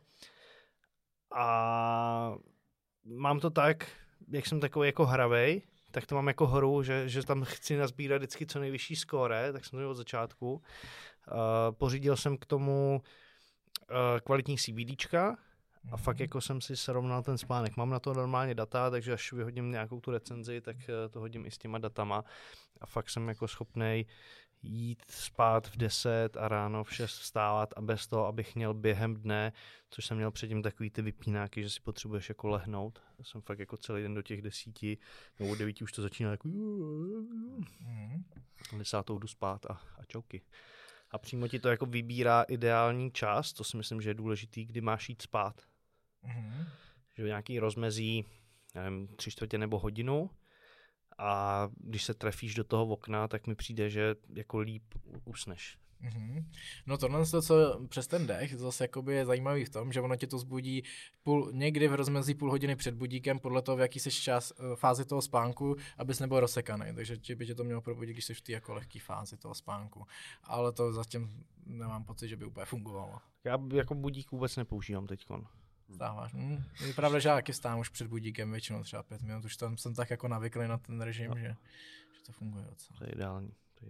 a mám to tak, jak jsem takový jako hravej, tak to mám jako hru, že tam chci nazbírat vždycky co nejvyšší skóre, tak jsem to měl od začátku. Pořídil jsem k tomu kvalitní CBDčka a fakt jako jsem si srovnal ten spánek. Mám na to normálně data, takže až vyhodím nějakou tu recenzi, tak to hodím i s těma datama a fakt jsem jako schopnej jít spát v 10 a ráno v 6 vstávat a bez toho, abych měl během dne, což jsem měl předtím takový ty vypínáky, že si potřebuješ jako lehnout. Já jsem fakt jako celý den do těch 10, nebo od 9 už to začíná jako 10 jdu spát a čauky. A přímo ti to jako vybírá ideální čas, to si myslím, že je důležitý, kdy máš jít spát. Že nějaký rozmezí, nevím, 3/4 nebo hodinu, a když se trefíš do toho okna, tak mi přijde, že jako líp usneš. No tohle, co přes ten dech, to zase je zajímavý v tom, že ono tě to zbudí někdy v rozmezí půl hodiny před budíkem, podle toho, v jaký jsi fázi toho spánku, abys nebyl rozsekaný. Takže by tě to mělo probudit, když jsi v té jako lehké fázi toho spánku. Ale to zatím nemám pocit, že by úplně fungovalo. Já jako budík vůbec nepoužívám teďkon. Stáváš. Je pravda, že já taky stávám už před budíkem většinou třeba 5 minut, už tam jsem tak jako navyklý na ten režim, že to funguje docela. To je ideální.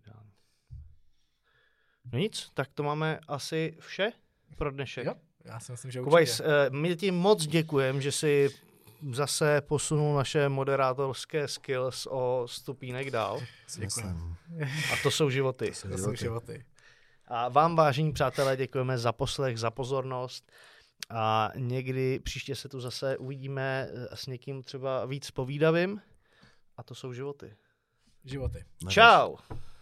No nic, tak to máme asi vše pro dnešek. Jo, já si myslím, že Kubajs, my ti moc děkujem, že jsi zase posunul naše moderátorské skills o stupínek dál. A to jsou životy. To jsou životy. A vám, vážení přátelé, děkujeme za poslech, za pozornost. A někdy příště se tu zase uvidíme s někým třeba víc povídavým. A to jsou životy. Životy. Čau!